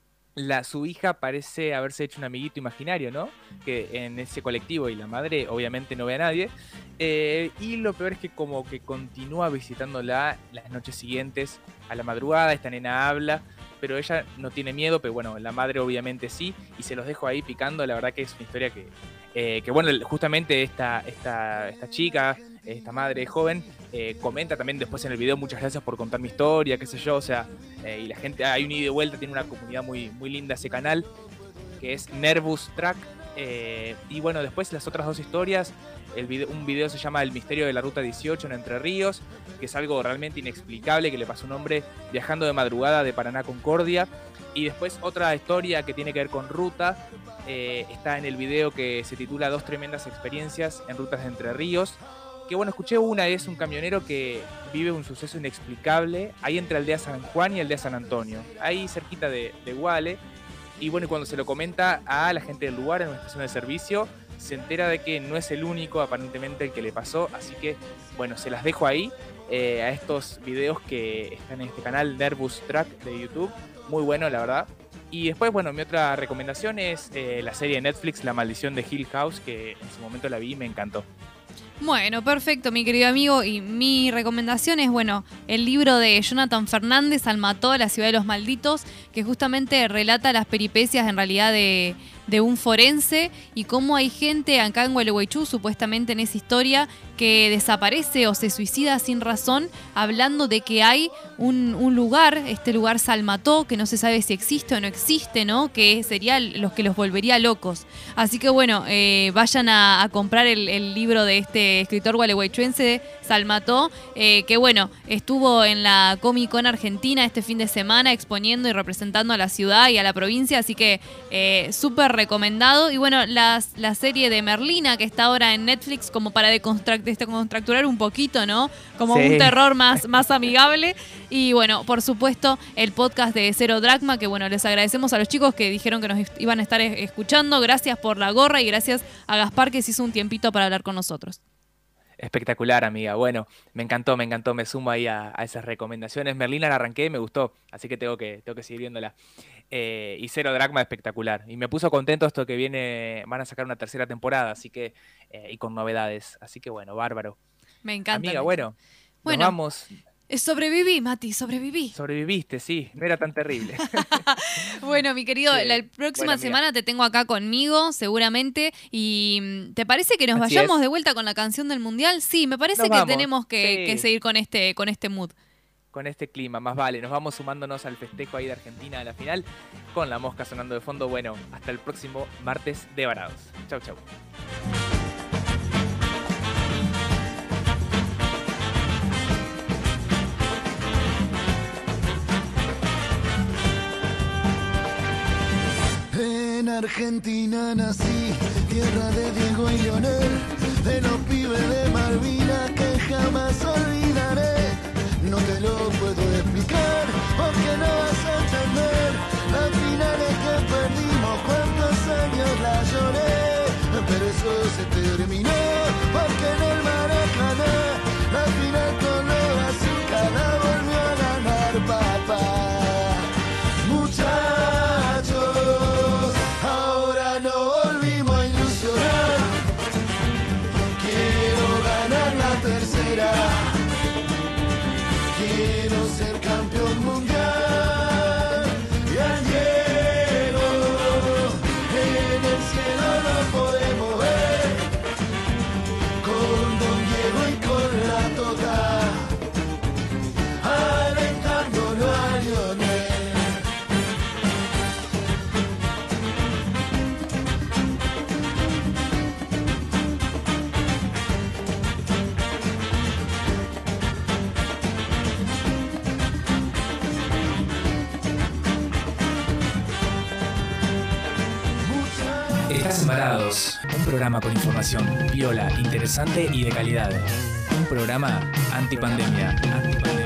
La, su hija parece haberse hecho un amiguito imaginario, ¿no? Que en ese colectivo, y la madre obviamente no ve a nadie. Eh, y lo peor es que como que continúa visitándola las noches siguientes a la madrugada. Esta nena habla, pero ella no tiene miedo, pero bueno, la madre obviamente sí. Y se los dejo ahí picando. La verdad que es una historia que, eh, que bueno, justamente esta, esta, esta chica, esta madre joven, eh, comenta también después en el video, muchas gracias por contar mi historia, qué sé yo, o sea, eh, y la gente, hay un ida y vuelta, tiene una comunidad muy, muy linda ese canal, que es Nervous Track, eh, y bueno, después las otras dos historias, el video, un video se llama El misterio de la ruta dieciocho en Entre Ríos, que es algo realmente inexplicable, que le pasó a un hombre viajando de madrugada de Paraná a Concordia, y después otra historia que tiene que ver con ruta, eh, está en el video que se titula Dos tremendas experiencias en rutas de Entre Ríos, que bueno, escuché una, es un camionero que vive un suceso inexplicable ahí entre Aldea San Juan y Aldea San Antonio, ahí cerquita de, de Guale, y bueno, cuando se lo comenta a la gente del lugar en una estación de servicio, se entera de que no es el único aparentemente el que le pasó, así que bueno, se las dejo ahí, eh, a estos videos que están en este canal Nervous Track de YouTube, muy bueno la verdad. Y después, bueno, mi otra recomendación es eh, la serie de Netflix La Maldición de Hill House, que en su momento la vi y me encantó. Bueno, perfecto, mi querido amigo. Y mi recomendación es, bueno, el libro de Jonathan Fernández, Almató, La ciudad de los malditos, que justamente relata las peripecias en realidad de, de un forense y cómo hay gente acá en Gualeguaychú, supuestamente en esa historia, que desaparece o se suicida sin razón, hablando de que hay un, un lugar, este lugar Salmató, que no se sabe si existe o no existe, ¿no? Que sería los que los volvería locos. Así que bueno, eh, vayan a, a comprar el, el libro de este escritor gualeguaychuense, Salmató, eh, que bueno, estuvo en la Comic Con Argentina este fin de semana exponiendo y representando a la ciudad y a la provincia, así que eh, súper recomendado. Y bueno, las, la serie de Merlina, que está ahora en Netflix, como para decontracturar un poquito, ¿no? Como sí. Un terror más, más amigable. Y bueno, por supuesto, el podcast de Cero Dracma, que bueno, les agradecemos a los chicos que dijeron que nos iban a estar escuchando. Gracias por la gorra y gracias a Gaspar que se hizo un tiempito para hablar con nosotros. Espectacular, amiga. Bueno, me encantó, me encantó. Me sumo ahí a, a esas recomendaciones. Merlina la arranqué y me gustó, así que tengo que, tengo que seguir viéndola. Eh, y Cero Dracma, espectacular. Y me puso contento esto que viene, van a sacar una tercera temporada, así que, eh, y con novedades. Así que bueno, bárbaro. Me encanta. Amiga, bueno, bueno, nos vamos. Sobreviví, Mati, sobreviví. Sobreviviste, sí, no era tan terrible. Bueno, mi querido, sí. La próxima bueno, semana te tengo acá conmigo, seguramente. ¿Y te parece que nos Así vayamos es. de vuelta con la canción del Mundial? Sí, me parece nos que vamos. tenemos que, sí. que seguir con este, con este mood. Con este clima, más vale. Nos vamos sumándonos al festejo ahí de Argentina a la final, con La Mosca sonando de fondo. Bueno, hasta el próximo martes de Varados. Chau, chau. Argentina nací, tierra de Diego y Leonel, de los pibes de Malvinas que jamás olvidaré. No te lo puedo explicar, porque no vas a entender las finales que perdimos, cuántos años la lloré. Pero eso se terminó, porque en el Maracaná la final con los Azúcar la volvió a ganar papá. Muchachos, ahora no volvimos a ilusionar. Quiero ganar la tercera. Quiero ser campeón mundial. Y al Diego en el cielo lo podemos ver. Con Don Diego y con la Tota, alentándolo a Lionel. Estás Embarados, un programa con información viola, interesante y de calidad. Un programa antipandemia. antipandemia.